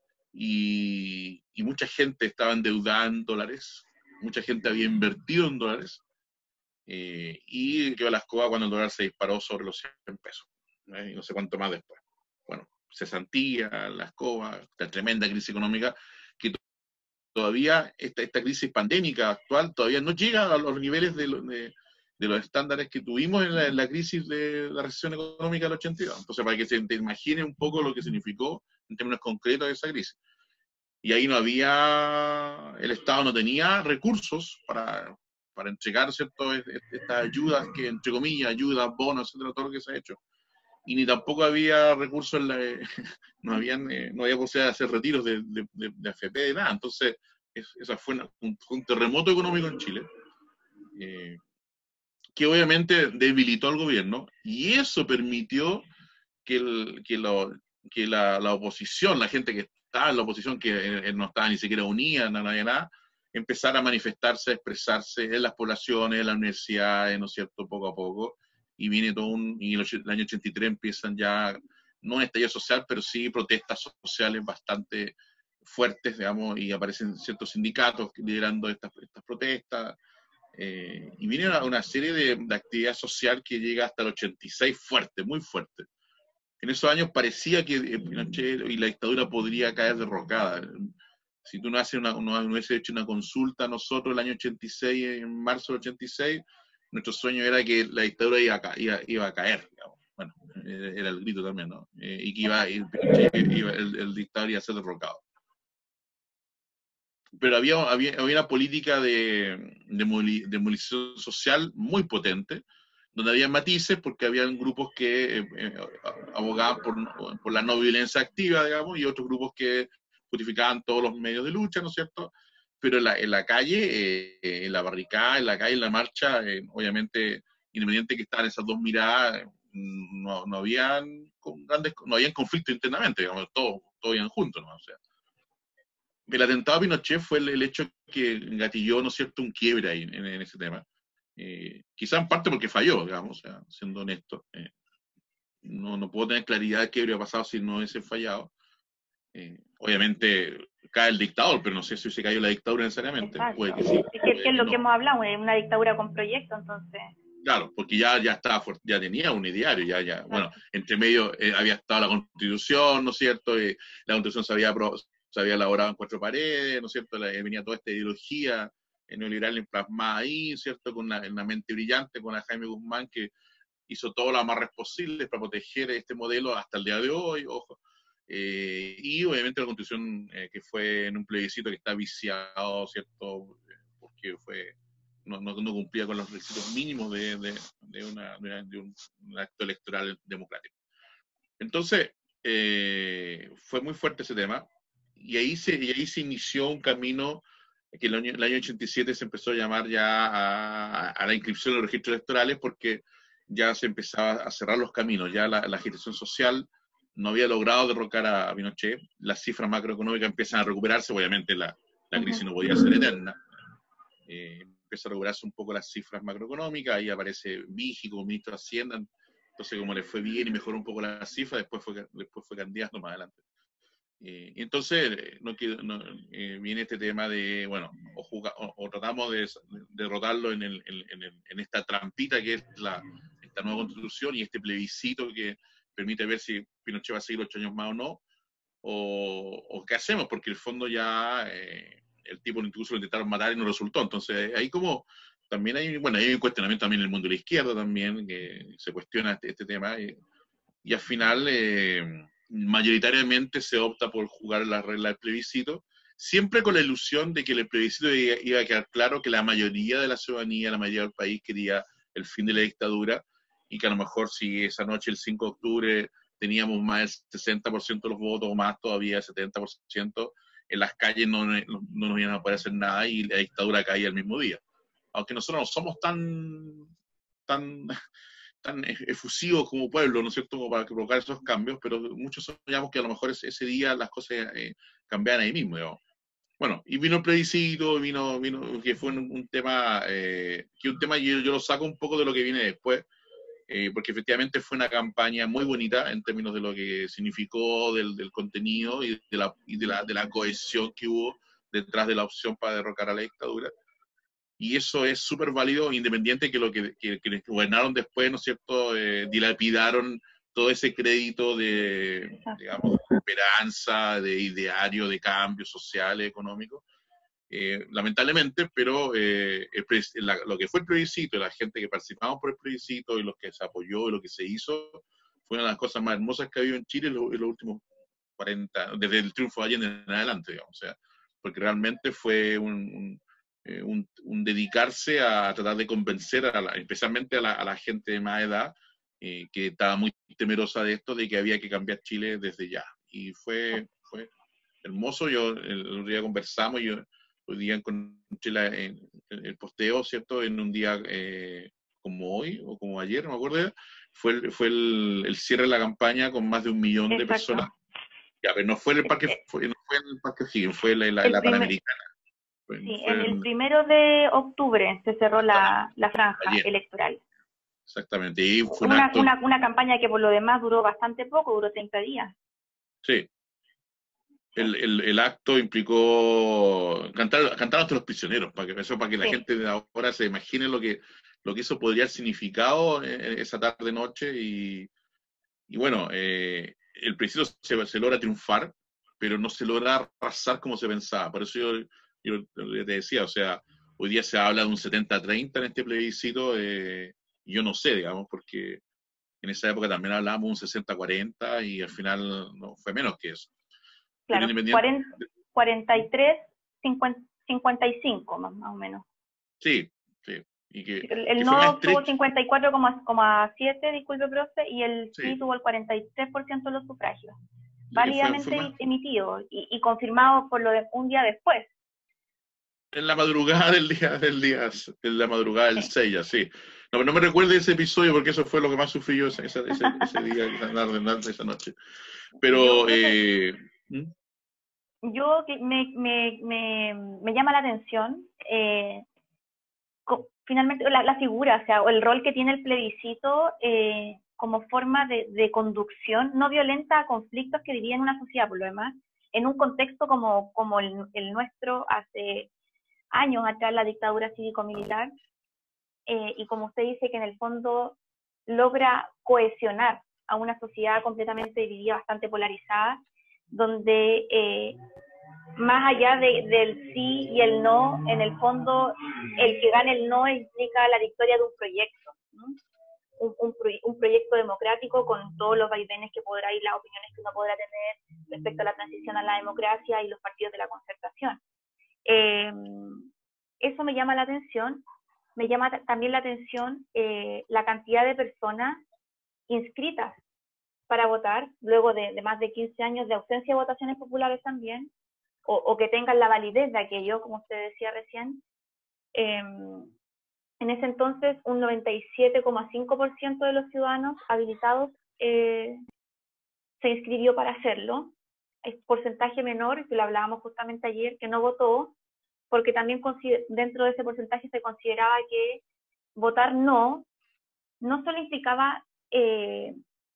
y, y mucha gente estaba endeudada en dólares, mucha gente había invertido en dólares eh, y quedó la escoba cuando el dólar se disparó sobre los cien pesos, ¿eh? Y no sé cuánto más después. Bueno, cesantía, la escoba, la tremenda crisis económica que todavía esta, esta crisis pandémica actual todavía no llega a los niveles de, lo, de, de los estándares que tuvimos en la, en la crisis de la recesión económica del ochenta y dos. Entonces, para que se te imagine un poco lo que significó en términos concretos esa crisis. Y ahí no había, el Estado no tenía recursos para, para entregar, ¿cierto?, estas ayudas, que entre comillas, ayudas, bonos, etcétera, todo lo que se ha hecho. Y ni tampoco había recursos, en la, no, habían, eh, no había posibilidad de hacer retiros de, de, de, de A F P, de nada. Entonces, es, esa fue, una, un, fue un terremoto económico en Chile, eh, que obviamente debilitó al gobierno, y eso permitió que, el, que, lo, que la, la oposición, la gente que estaba en la oposición, que eh, no estaba ni siquiera unida, nada, nada, nada, empezar a manifestarse, a expresarse en las poblaciones, en las universidades, ¿no es cierto?, poco a poco, y viene todo un, y en el año ochenta y tres empiezan ya, no un estallido social, pero sí protestas sociales bastante fuertes, digamos, y aparecen ciertos sindicatos liderando estas, estas protestas, eh, y viene una, una serie de, de actividad social que llega hasta el ochenta y seis fuerte, muy fuerte. En esos años parecía que eh, Pinochet y la dictadura podría caer derrocada. Si tú no, haces una, no, no hubiese hecho una consulta nosotros el año ochenta y seis, en marzo del ochenta y seis, nuestro sueño era que la dictadura iba a, iba, iba a caer, digamos. Bueno, era el grito también, ¿no? Eh, y que iba, y iba el, el dictador iba a ser derrocado. Pero había, había, había una política de, de, de movilización social muy potente, donde había matices, porque había grupos que eh, eh, abogaban por, por la no violencia activa, digamos, y otros grupos que justificaban todos los medios de lucha, ¿no es cierto? Pero en la, en la calle, eh, en la barricada, en la calle, en la marcha, eh, obviamente, independiente que estaban esas dos miradas, no, no habían grandes, no habían conflictos internamente, digamos, todos, todos iban juntos, ¿no? O sea, el atentado a Pinochet fue el, el hecho que gatilló, ¿no es cierto?, un quiebre ahí en, en ese tema. Eh, quizá en parte porque falló, digamos, o sea, siendo honesto. Eh, no, no puedo tener claridad de qué habría pasado si no hubiese fallado. Eh, obviamente cae el dictador, pero no sé si se cayó la dictadura necesariamente. Puede que sí. Es que, que es lo no. que hemos hablado, es una dictadura con proyecto, entonces. Claro, porque ya, ya estaba, ya tenía un ideario, ya, ya, bueno, entre medio eh, había estado la Constitución, ¿no es cierto? Eh, la Constitución se había, pro, se había elaborado en cuatro paredes, ¿no es cierto? La, venía toda esta ideología neoliberal plasmada ahí, ¿cierto? Con una, una mente brillante, con a Jaime Guzmán, que hizo todo lo amarres posibles para proteger este modelo hasta el día de hoy, ojo. Eh, y obviamente la Constitución eh, que fue en un plebiscito que está viciado, ¿cierto? Porque fue... No, no, no cumplía con los requisitos mínimos de, de, de, una, de, una, de un, un acto electoral democrático. Entonces, eh, fue muy fuerte ese tema, y ahí se, y ahí se inició un camino que el año, el año ochenta y siete se empezó a llamar ya a, a la inscripción de los registros electorales, porque ya se empezaba a cerrar los caminos, ya la, la agitación social no había logrado derrocar a, a Pinochet, las cifras macroeconómicas empiezan a recuperarse, obviamente la, la crisis no podía ser eterna, eh, empieza a regularse un poco las cifras macroeconómicas, ahí aparece Vigi como ministro de Hacienda, entonces como le fue bien y mejoró un poco las cifras, después fue, después fue candidato más adelante. Eh, y entonces no, no, eh, viene este tema de, bueno, o, juga, o, o tratamos de, de derrotarlo en, el, en, el, en esta trampita que es la, esta nueva constitución y este plebiscito que permite ver si Pinochet va a seguir ocho años más o no, o, o qué hacemos, porque el fondo ya... Eh, el tipo incluso lo intentaron matar y no resultó. Entonces, ahí como también hay, bueno, hay un cuestionamiento también en el mundo de la izquierda también, que se cuestiona este, este tema, y, y al final eh, mayoritariamente se opta por jugar las reglas del plebiscito, siempre con la ilusión de que el plebiscito iba, iba a quedar claro que la mayoría de la ciudadanía, la mayoría del país quería el fin de la dictadura, y que a lo mejor si esa noche, el cinco de octubre, teníamos más del sesenta por ciento de los votos, o más todavía, el setenta por ciento, en las calles no, no, no nos iban a poder hacer nada y la dictadura caía el mismo día. Aunque nosotros no somos tan, tan, tan efusivos como pueblo, ¿no es cierto?, como para provocar esos cambios, pero muchos soñamos que a lo mejor ese, ese día las cosas eh, cambiaran ahí mismo, digamos. Bueno, y vino el plebiscito, vino, vino, que fue un, un tema, eh, que un tema yo, yo lo saco un poco de lo que viene después, Eh, porque efectivamente fue una campaña muy bonita en términos de lo que significó, del, del contenido y, de la, y de, la, de la cohesión que hubo detrás de la opción para derrocar a la dictadura. Y eso es súper válido, independiente que lo que, que, que gobernaron después, ¿no es cierto?, eh, dilapidaron todo ese crédito de, digamos, de esperanza, de ideario, de cambio social, económico. Eh, lamentablemente, pero eh, el, la, lo que fue el plebiscito, la gente que participamos por el plebiscito y los que se apoyó y lo que se hizo, fue una de las cosas más hermosas que ha habido en Chile en, lo, en los últimos cuarenta, desde el triunfo de Allende en adelante, digamos, o sea, porque realmente fue un, un, eh, un, un dedicarse a tratar de convencer, a la, especialmente a la, a la gente de más edad, eh, que estaba muy temerosa de esto, de que había que cambiar Chile desde ya. Y fue, fue hermoso, yo el otro día conversamos, yo hoy día encontré la, en, en el posteo, ¿cierto? En un día eh, como hoy, o como ayer, no me acuerdo, fue, el, fue el, el cierre de la campaña con más de un millón Exacto. de personas. Ya, pero no fue en el parque, fue, no fue en el parque O'Higgins, fue la, la, la primer, Panamericana. Fue, sí, fue en el en, primero de octubre se cerró la, la franja ayer. electoral. Exactamente. Y fue un una, acto... una, una campaña que por lo demás duró bastante poco, duró treinta días. Sí. El, el, el acto implicó cantar, cantar hasta los prisioneros, para que, eso, para que la sí. gente de ahora se imagine lo que, lo que eso podría haber significado esa tarde-noche. Y, y bueno, eh, el plebiscito se, se logra triunfar, pero no se logra arrasar como se pensaba. Por eso yo, yo te decía, o sea, hoy día se habla de un setenta treinta en este plebiscito, eh, y yo no sé, digamos, porque en esa época también hablábamos de un sesenta cuarenta y al final no fue menos que eso. Claro, cuarenta y tres, cincuenta y cinco más, más o menos. Sí, sí. Y que, el el que no tuvo cincuenta y cuatro coma siete, disculpe, profe, y el sí, sí tuvo el cuarenta y tres por ciento de los sufragios. Válidamente fue, fue más... emitido y, y confirmado por lo de un día después. En la madrugada del día, del día, en la madrugada del sí. seis, ya, sí. No, no me recuerde ese episodio porque eso fue lo que más sufrí yo ese, ese, ese, ese día, esa, esa noche. Pero... Eh, ¿hmm? Yo me, me, me, me llama la atención, eh, finalmente, la, la figura, o sea, o el rol que tiene el plebiscito eh, como forma de, de conducción no violenta a conflictos que dividen una sociedad, por lo demás, en un contexto como, como el, el nuestro hace años atrás, la dictadura cívico-militar, eh, y como usted dice, que en el fondo logra cohesionar a una sociedad completamente dividida, bastante polarizada, donde eh, más allá de, del sí y el no, en el fondo el que gane el no implica la victoria de un proyecto, ¿no? un, un, un proyecto democrático con todos los vaivenes que podrá y las opiniones que uno podrá tener respecto a la transición a la democracia y los partidos de la concertación. Eh, eso me llama la atención. Me llama también la atención eh, la cantidad de personas inscritas para votar, luego de, de más de quince años de ausencia de votaciones populares también, o, o que tengan la validez de aquello, como usted decía recién. Eh, en ese entonces, un noventa y siete coma cinco por ciento de los ciudadanos habilitados eh, se inscribió para hacerlo. Es porcentaje menor, que lo hablábamos justamente ayer, que no votó, porque también dentro de ese porcentaje se consideraba que votar no, no solo implicaba eh,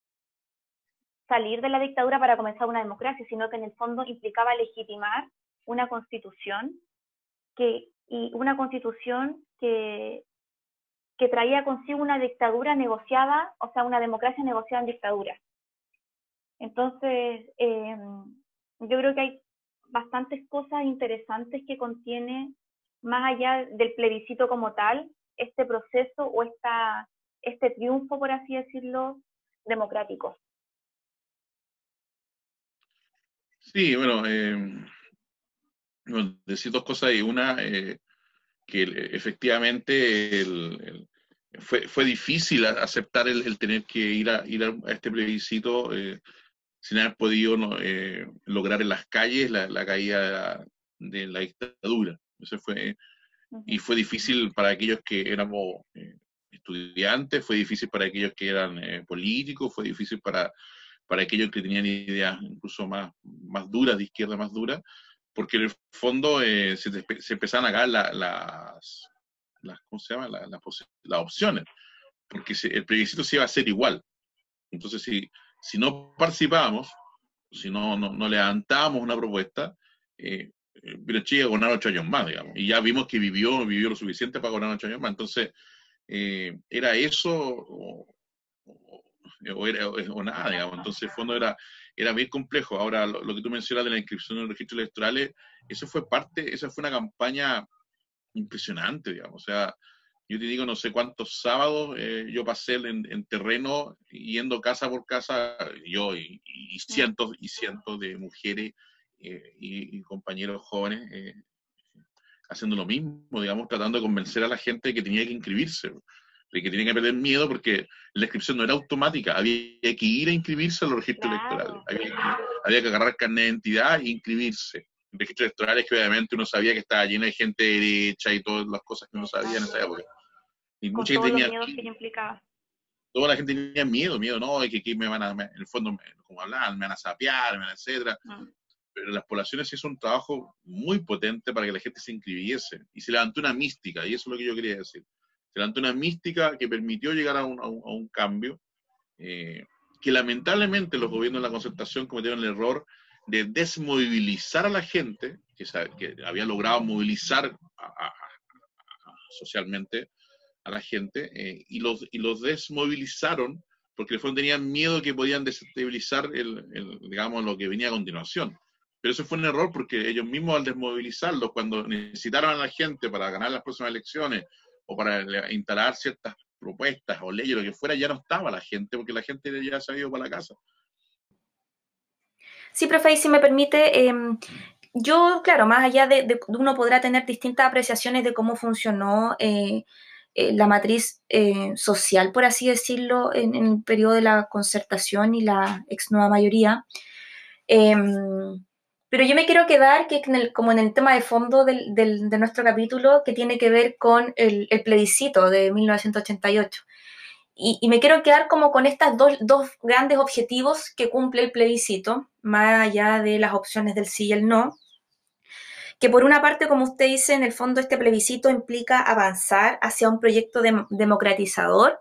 salir de la dictadura para comenzar una democracia, sino que en el fondo implicaba legitimar una constitución que, y una constitución que, que traía consigo una dictadura negociada, o sea, una democracia negociada en dictadura. Entonces, eh, yo creo que hay bastantes cosas interesantes que contiene, más allá del plebiscito como tal, este proceso o esta, este triunfo, por así decirlo, democrático. Sí, bueno, eh, bueno, decir dos cosas y una, eh, que efectivamente el, el, fue, fue difícil aceptar el, el tener que ir a, ir a este plebiscito eh, sin haber podido no, eh, lograr en las calles la, la caída de la, de la dictadura. Eso fue, uh-huh. Y fue difícil para aquellos que éramos eh, estudiantes, fue difícil para aquellos que eran eh, políticos, fue difícil para, para aquellos que tenían ideas incluso más, más duras, de izquierda más duras, porque en el fondo eh, se, se empezaron a caer la, las, las, ¿cómo se llama? La, la, las opciones, porque se, el plebiscito se iba a hacer igual. Entonces, si, si no participábamos, si no, no, no levantábamos una propuesta, eh, Pinochet iba a ganar ocho años más, digamos, y ya vimos que vivió, vivió lo suficiente para ganar ocho años más. Entonces, eh, era eso o, o, o, era, o nada, digamos. Entonces, el fondo era, era bien complejo. Ahora, lo, lo que tú mencionas de la inscripción en los registros electorales, eso fue parte, esa fue una campaña impresionante, digamos. O sea, yo te digo, no sé cuántos sábados eh, yo pasé en, en terreno, yendo casa por casa, yo y, y cientos y cientos de mujeres eh, y, y compañeros jóvenes eh, haciendo lo mismo, digamos, tratando de convencer a la gente que tenía que inscribirse, de que tenía que perder miedo, porque la inscripción no era automática, había que ir a inscribirse a los registros claro. electorales, había que, había que agarrar carnet de identidad e inscribirse. registros electorales que obviamente uno sabía que estaba lleno de gente derecha y todas las cosas que uno sabía en esa época. Y Con mucha gente todos los tenía, miedos que ello implicaba. toda la gente tenía miedo, miedo, no, es que aquí me van a, me, en el fondo, me, como hablaban, me van a sapear, me van a etcétera. Mm. Pero las poblaciones hizo un trabajo muy potente para que la gente se inscribiese, y se levantó una mística, y eso es lo que yo quería decir. Se levantó una mística que permitió llegar a un, a un, a un cambio, eh, que lamentablemente los gobiernos de la concertación cometieron el error de desmovilizar a la gente, que, que había logrado movilizar a, a, a, socialmente a la gente, eh, y, los, y los desmovilizaron porque en el fondo tenían miedo que podían desestabilizar el, el, digamos, lo que venía a continuación. Pero eso fue un error porque ellos mismos al desmovilizarlos, cuando necesitaron a la gente para ganar las próximas elecciones o para instalar ciertas propuestas o leyes, lo que fuera, ya no estaba la gente, porque la gente ya se había ido para la casa. Sí, profe, y si me permite, eh, yo, claro, más allá de, de uno podrá tener distintas apreciaciones de cómo funcionó eh, eh, la matriz eh, social, por así decirlo, en, en el periodo de la concertación y la ex nueva mayoría. Eh, pero yo me quiero quedar que en el, como en el tema de fondo del, del, de nuestro capítulo, que tiene que ver con el, el plebiscito de mil novecientos ochenta y ocho. Y, y me quiero quedar como con estos dos, dos grandes objetivos que cumple el plebiscito, más allá de las opciones del sí y el no, que por una parte, como usted dice, en el fondo este plebiscito implica avanzar hacia un proyecto de, democratizador,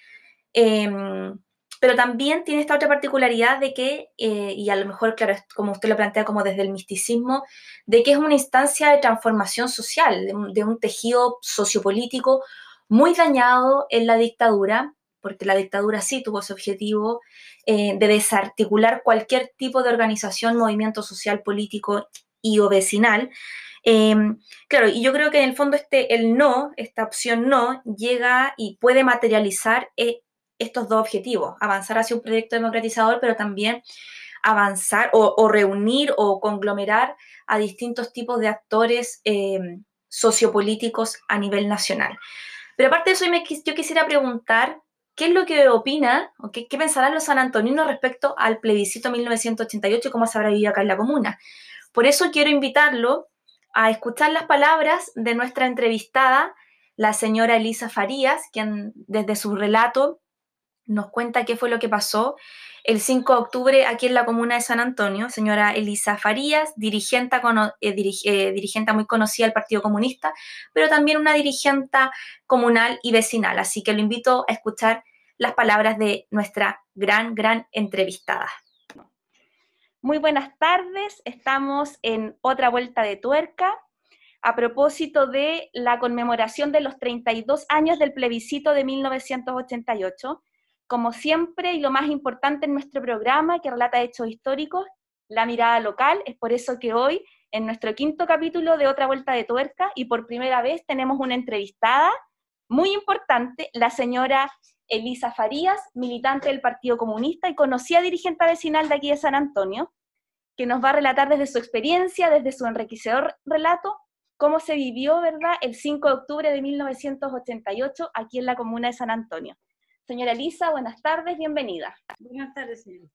eh, pero también tiene esta otra particularidad de que, eh, y a lo mejor, claro, como usted lo plantea como desde el misticismo, de que es una instancia de transformación social, de un, de un tejido sociopolítico muy dañado en la dictadura, porque la dictadura sí tuvo ese objetivo eh, de desarticular cualquier tipo de organización, movimiento social, político y o vecinal. Eh, claro, y yo creo que en el fondo este, el no, esta opción no, llega y puede materializar eh, estos dos objetivos, avanzar hacia un proyecto democratizador, pero también avanzar o, o reunir o conglomerar a distintos tipos de actores eh, sociopolíticos a nivel nacional. Pero aparte de eso, yo quisiera preguntar, ¿qué es lo que opina o qué, qué pensarán los sanantoninos respecto al plebiscito mil novecientos ochenta y ocho y cómo se habrá vivido acá en la comuna? Por eso quiero invitarlo a escuchar las palabras de nuestra entrevistada, la señora Elisa Farías, quien desde su relato nos cuenta qué fue lo que pasó el cinco de octubre aquí en la comuna de San Antonio. Señora Elisa Farías, dirigente, eh, dirig, eh, dirigente muy conocida del Partido Comunista, pero también una dirigente comunal y vecinal. Así que lo invito a escuchar las palabras de nuestra gran, gran entrevistada. Muy buenas tardes, estamos en otra vuelta de tuerca a propósito de la conmemoración de los treinta y dos años del plebiscito de mil novecientos ochenta y ocho. Como siempre, y lo más importante en nuestro programa, que relata hechos históricos, la mirada local. Es por eso que hoy, en nuestro quinto capítulo de Otra Vuelta de Tuerca, y por primera vez tenemos una entrevistada muy importante, la señora Elisa Farías, militante del Partido Comunista y conocida dirigente vecinal de aquí de San Antonio, que nos va a relatar desde su experiencia, desde su enriquecedor relato, cómo se vivió, ¿verdad?, el cinco de octubre de mil novecientos ochenta y ocho aquí en la comuna de San Antonio. Señora Elisa, buenas tardes, bienvenida. Buenas tardes, señor.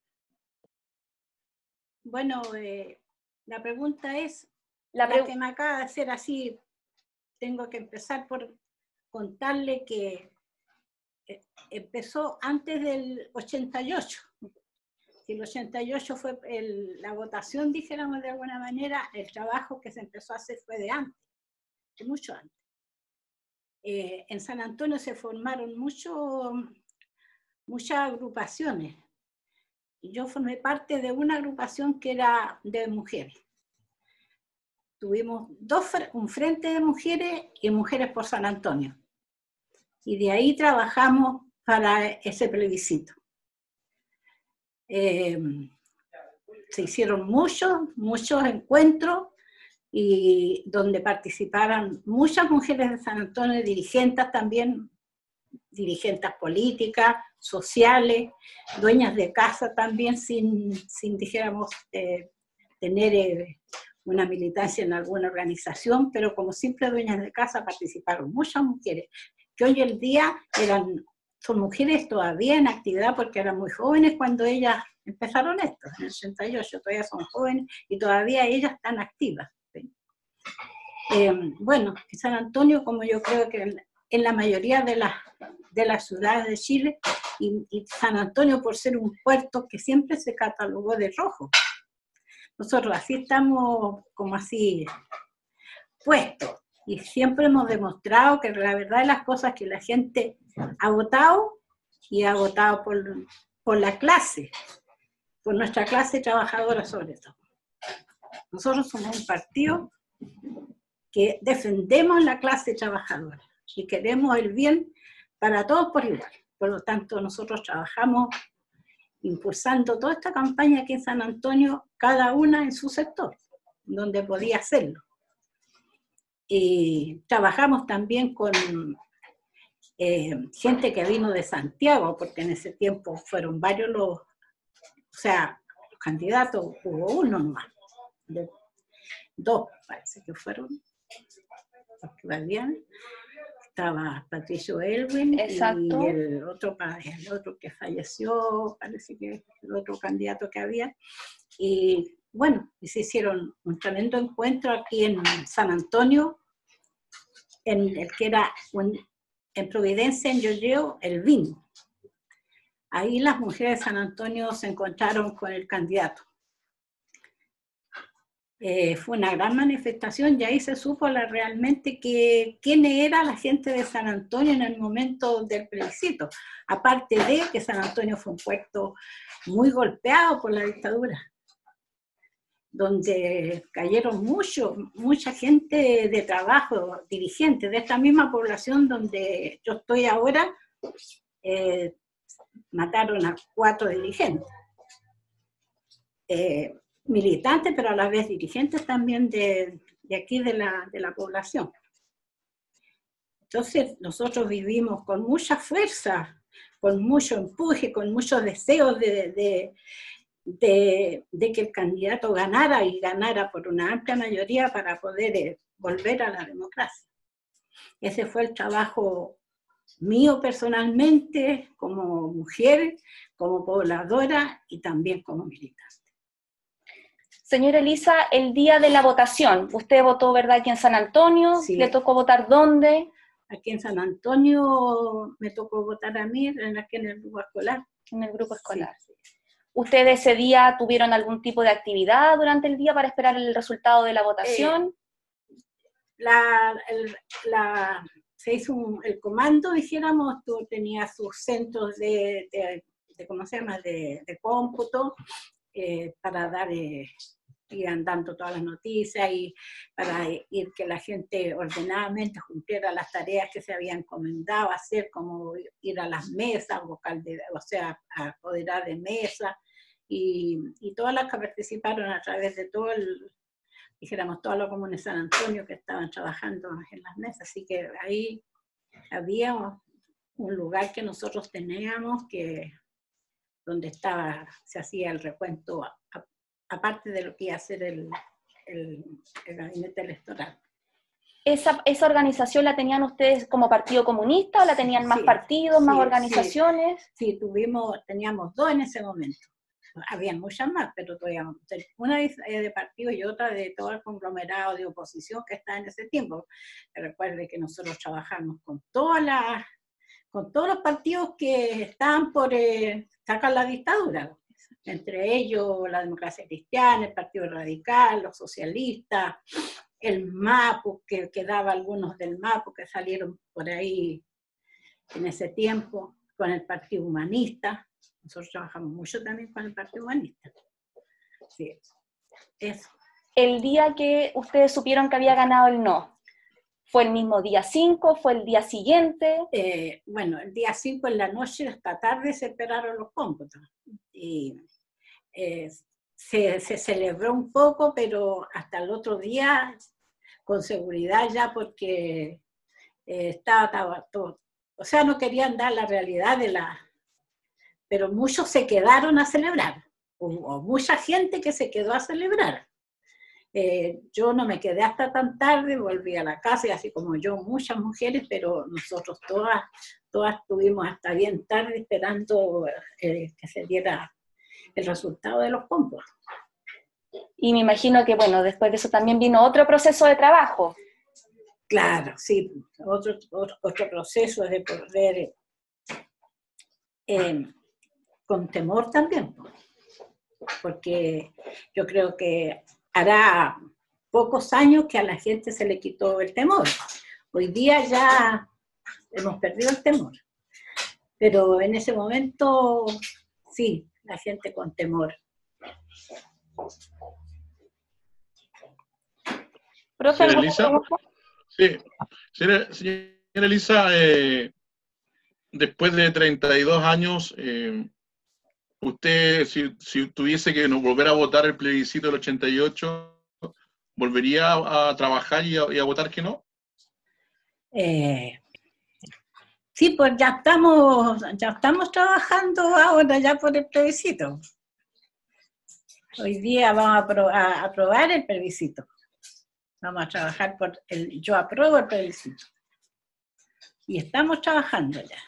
Bueno, eh, la pregunta es, la, pre la que me acaba de hacer así, tengo que empezar por contarle que eh, empezó antes del ochenta y ocho. Si el ochenta y ocho fue el, la votación, dijéramos de alguna manera, el trabajo que se empezó a hacer fue de antes, de mucho antes. Eh, en San Antonio se formaron mucho, muchas agrupaciones. Yo formé parte de una agrupación que era de mujeres. Tuvimos dos, un frente de mujeres y Mujeres por San Antonio. Y de ahí trabajamos para ese plebiscito. Eh, se hicieron muchos, muchos encuentros y donde participaron muchas mujeres de San Antonio, dirigentes también, dirigentes políticas, sociales, dueñas de casa también, sin, sin dijéramos, eh, tener eh, una militancia en alguna organización, pero como simples dueñas de casa participaron muchas mujeres, que hoy en día eran son mujeres todavía en actividad porque eran muy jóvenes cuando ellas empezaron esto, en el ochenta y ocho, todavía son jóvenes y todavía ellas están activas. ¿Sí? Eh, bueno, San Antonio, como yo creo que en, en la mayoría de las, de las ciudades de Chile, y, y San Antonio por ser un puerto que siempre se catalogó de rojo. Nosotros así estamos como así puestos y siempre hemos demostrado que la verdad de las cosas que la gente ha votado y ha votado por, por la clase, por nuestra clase trabajadora sobre todo. Nosotros somos un partido que defendemos la clase trabajadora y queremos el bien para todos por igual. Por lo tanto, nosotros trabajamos impulsando toda esta campaña aquí en San Antonio, cada una en su sector, donde podía hacerlo. Y trabajamos también con eh, gente que vino de Santiago, porque en ese tiempo fueron varios los, o sea, los candidatos, hubo uno nomás, de, dos parece que fueron, los que valían. Estaba Patricio Elwin. Exacto. Y el otro, el otro que falleció, parece que es el otro candidato que había. Y bueno, y se hicieron un tremendo encuentro aquí en San Antonio, en el que era un, en Providencia, en Llolleo, el V I N. Ahí las mujeres de San Antonio se encontraron con el candidato. Eh, fue una gran manifestación y ahí se supo la, realmente que, quién era la gente de San Antonio en el momento del plebiscito, aparte de que San Antonio fue un puerto muy golpeado por la dictadura, donde cayeron mucho, mucha gente de trabajo, dirigentes de esta misma población donde yo estoy ahora, eh, mataron a cuatro dirigentes. Eh, militantes, pero a la vez dirigentes también de, de aquí de la, de la población. Entonces nosotros vivimos con mucha fuerza, con mucho empuje, con muchos deseos de, de, de, de que el candidato ganara y ganara por una amplia mayoría para poder eh, volver a la democracia. Ese fue el trabajo mío personalmente, como mujer, como pobladora y también como militante. Señora Elisa, el día de la votación, usted votó, ¿verdad?, aquí en San Antonio, sí. ¿Le tocó votar dónde? Aquí en San Antonio me tocó votar a mí, aquí en el grupo escolar. En el grupo escolar. Sí. ¿Ustedes ese día tuvieron algún tipo de actividad durante el día para esperar el resultado de la votación? Eh, la, el, la, se hizo un, el comando, dijéramos, tú tenías sus centros de, de, de ¿cómo se llama?, de, de cómputo, eh, para dar... Eh, iban dando todas las noticias y para ir que la gente ordenadamente cumpliera las tareas que se habían encomendado hacer, como ir a las mesas, vocal de, o sea, a apoderar de mesa, y, y todas las que participaron a través de todo el, dijéramos, toda la comuna de San Antonio que estaban trabajando en las mesas, así que ahí había un lugar que nosotros teníamos que, donde estaba, se hacía el recuento a, a, aparte de lo que iba a hacer el, el, el gabinete electoral. ¿Esa, ¿Esa organización la tenían ustedes como Partido Comunista o la tenían más sí, partidos, sí, más organizaciones? Sí, sí, tuvimos, teníamos dos en ese momento. Habían muchas más, pero todavía, una de partido y otra de todo el conglomerado de oposición que está en ese tiempo. Recuerde que nosotros trabajamos con todas las, con todos los partidos que estaban por eh, sacar la dictadura. Entre ellos la Democracia Cristiana, el Partido Radical, los socialistas, el MAPU, que quedaba algunos del MAPU que salieron por ahí en ese tiempo, con el Partido Humanista. Nosotros trabajamos mucho también con el Partido Humanista. Sí, eso. El día que ustedes supieron que había ganado el no, ¿fue el mismo día cinco? ¿Fue el día siguiente? Eh, bueno, el día cinco en la noche hasta tarde se esperaron los cómputos. Y eh, se, se celebró un poco, pero hasta el otro día, con seguridad ya, porque eh, estaba, estaba todo. O sea, no querían dar la realidad de la... Pero muchos se quedaron a celebrar. Hubo mucha gente que se quedó a celebrar. Eh, yo no me quedé hasta tan tarde, volví a la casa, y así como yo, muchas mujeres, pero nosotros todas, todas estuvimos hasta bien tarde esperando eh, que se diera el resultado de los cómputos. Y me imagino que, bueno, después de eso también vino otro proceso de trabajo. Claro, sí, otro, otro, otro proceso de poder, eh, con temor también, porque yo creo que hará pocos años que a la gente se le quitó el temor. Hoy día ya hemos perdido el temor, pero en ese momento sí, la gente con temor. Señora Elisa, sí. Señora, señora Elisa, eh, después de treinta y dos años, eh, usted, si, si tuviese que no volver a votar el plebiscito del ochenta y ocho, ¿volvería a, a trabajar y a, y a votar que no? Eh, sí, pues ya estamos, ya estamos trabajando ahora ya por el plebiscito. Hoy día vamos a, apro a aprobar el plebiscito. Vamos a trabajar por el, yo apruebo el plebiscito. Y estamos trabajando ya.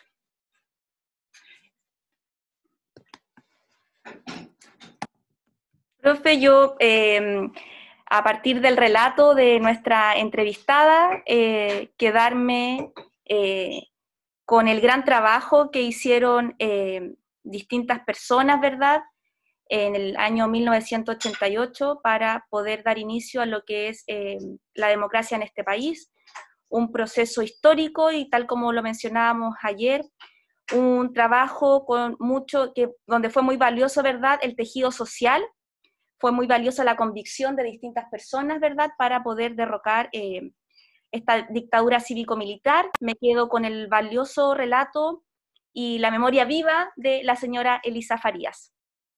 Profe, yo eh, a partir del relato de nuestra entrevistada, eh, quedarme eh, con el gran trabajo que hicieron eh, distintas personas, ¿verdad?, en el año mil novecientos ochenta y ocho para poder dar inicio a lo que es eh, la democracia en este país, un proceso histórico y tal como lo mencionábamos ayer, un trabajo con mucho, que, donde fue muy valioso, ¿verdad?, el tejido social, fue muy valiosa la convicción de distintas personas, ¿verdad?, para poder derrocar eh, esta dictadura cívico-militar. Me quedo con el valioso relato y la memoria viva de la señora Elisa Farías.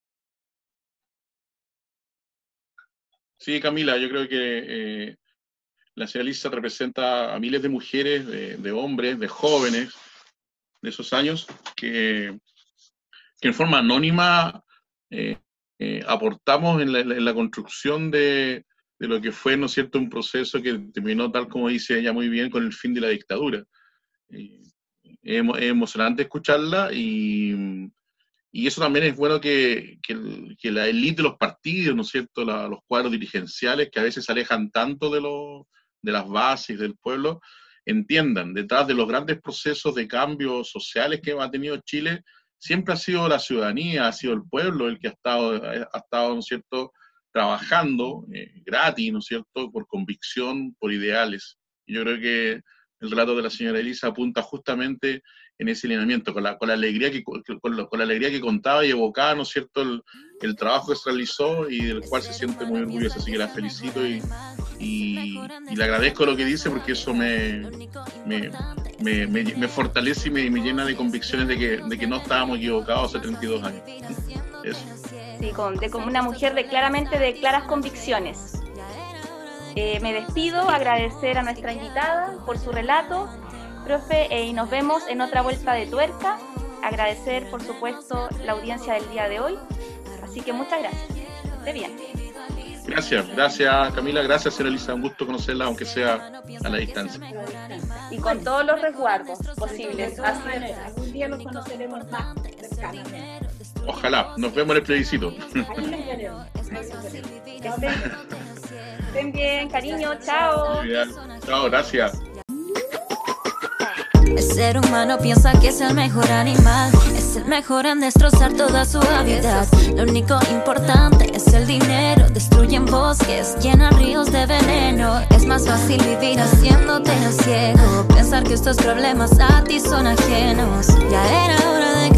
Sí, Camila, yo creo que eh, la señora Elisa representa a miles de mujeres, de, de hombres, de jóvenes de esos años que, que en forma anónima eh, eh, aportamos en la, en la construcción de, de lo que fue, ¿no es cierto?, un proceso que terminó, tal como dice ella muy bien, con el fin de la dictadura. Eh, es, es emocionante escucharla y... Y eso también es bueno que, que, el, que la élite de los partidos, ¿no es cierto?, la, los cuadros dirigenciales que a veces se alejan tanto de, lo, de las bases del pueblo, entiendan, detrás de los grandes procesos de cambios sociales que ha tenido Chile, siempre ha sido la ciudadanía, ha sido el pueblo el que ha estado, ha estado, ¿no es cierto?, trabajando eh, gratis, ¿no es cierto?, por convicción, por ideales. Y yo creo que el relato de la señora Elisa apunta justamente en ese lineamiento, con la, con la alegría que con la, con la alegría que contaba y evocaba, ¿no es cierto?, el, el trabajo que se realizó y del cual se siente muy orgullosa, así que la felicito y, y, y le agradezco lo que dice porque eso me, me, me, me, me fortalece y me, me llena de convicciones de que, de que no estábamos equivocados hace treinta y dos años. Eso. Sí, con, de, como una mujer de claramente de claras convicciones. Eh, me despido, agradecer a nuestra invitada por su relato, profe, eh, y nos vemos en otra vuelta de tuerca. Agradecer, por supuesto, la audiencia del día de hoy. Así que muchas gracias. Esté bien. Gracias, gracias Camila, gracias señora Elisa, un gusto conocerla, aunque sea a la distancia. Y con todos los resguardos posibles. Algún día los conoceremos más cercanamente. Ojalá, nos vemos en el plebiscito. Estén bien, cariño, chao. Chao, gracias. El ser humano piensa que es el mejor animal, es el mejor en destrozar toda su hábitat. Lo único importante es el dinero, destruyen bosques, llenan ríos de veneno. Es más fácil vivir haciéndote el ciego, pensar que estos problemas a ti son ajenos. Ya era hora de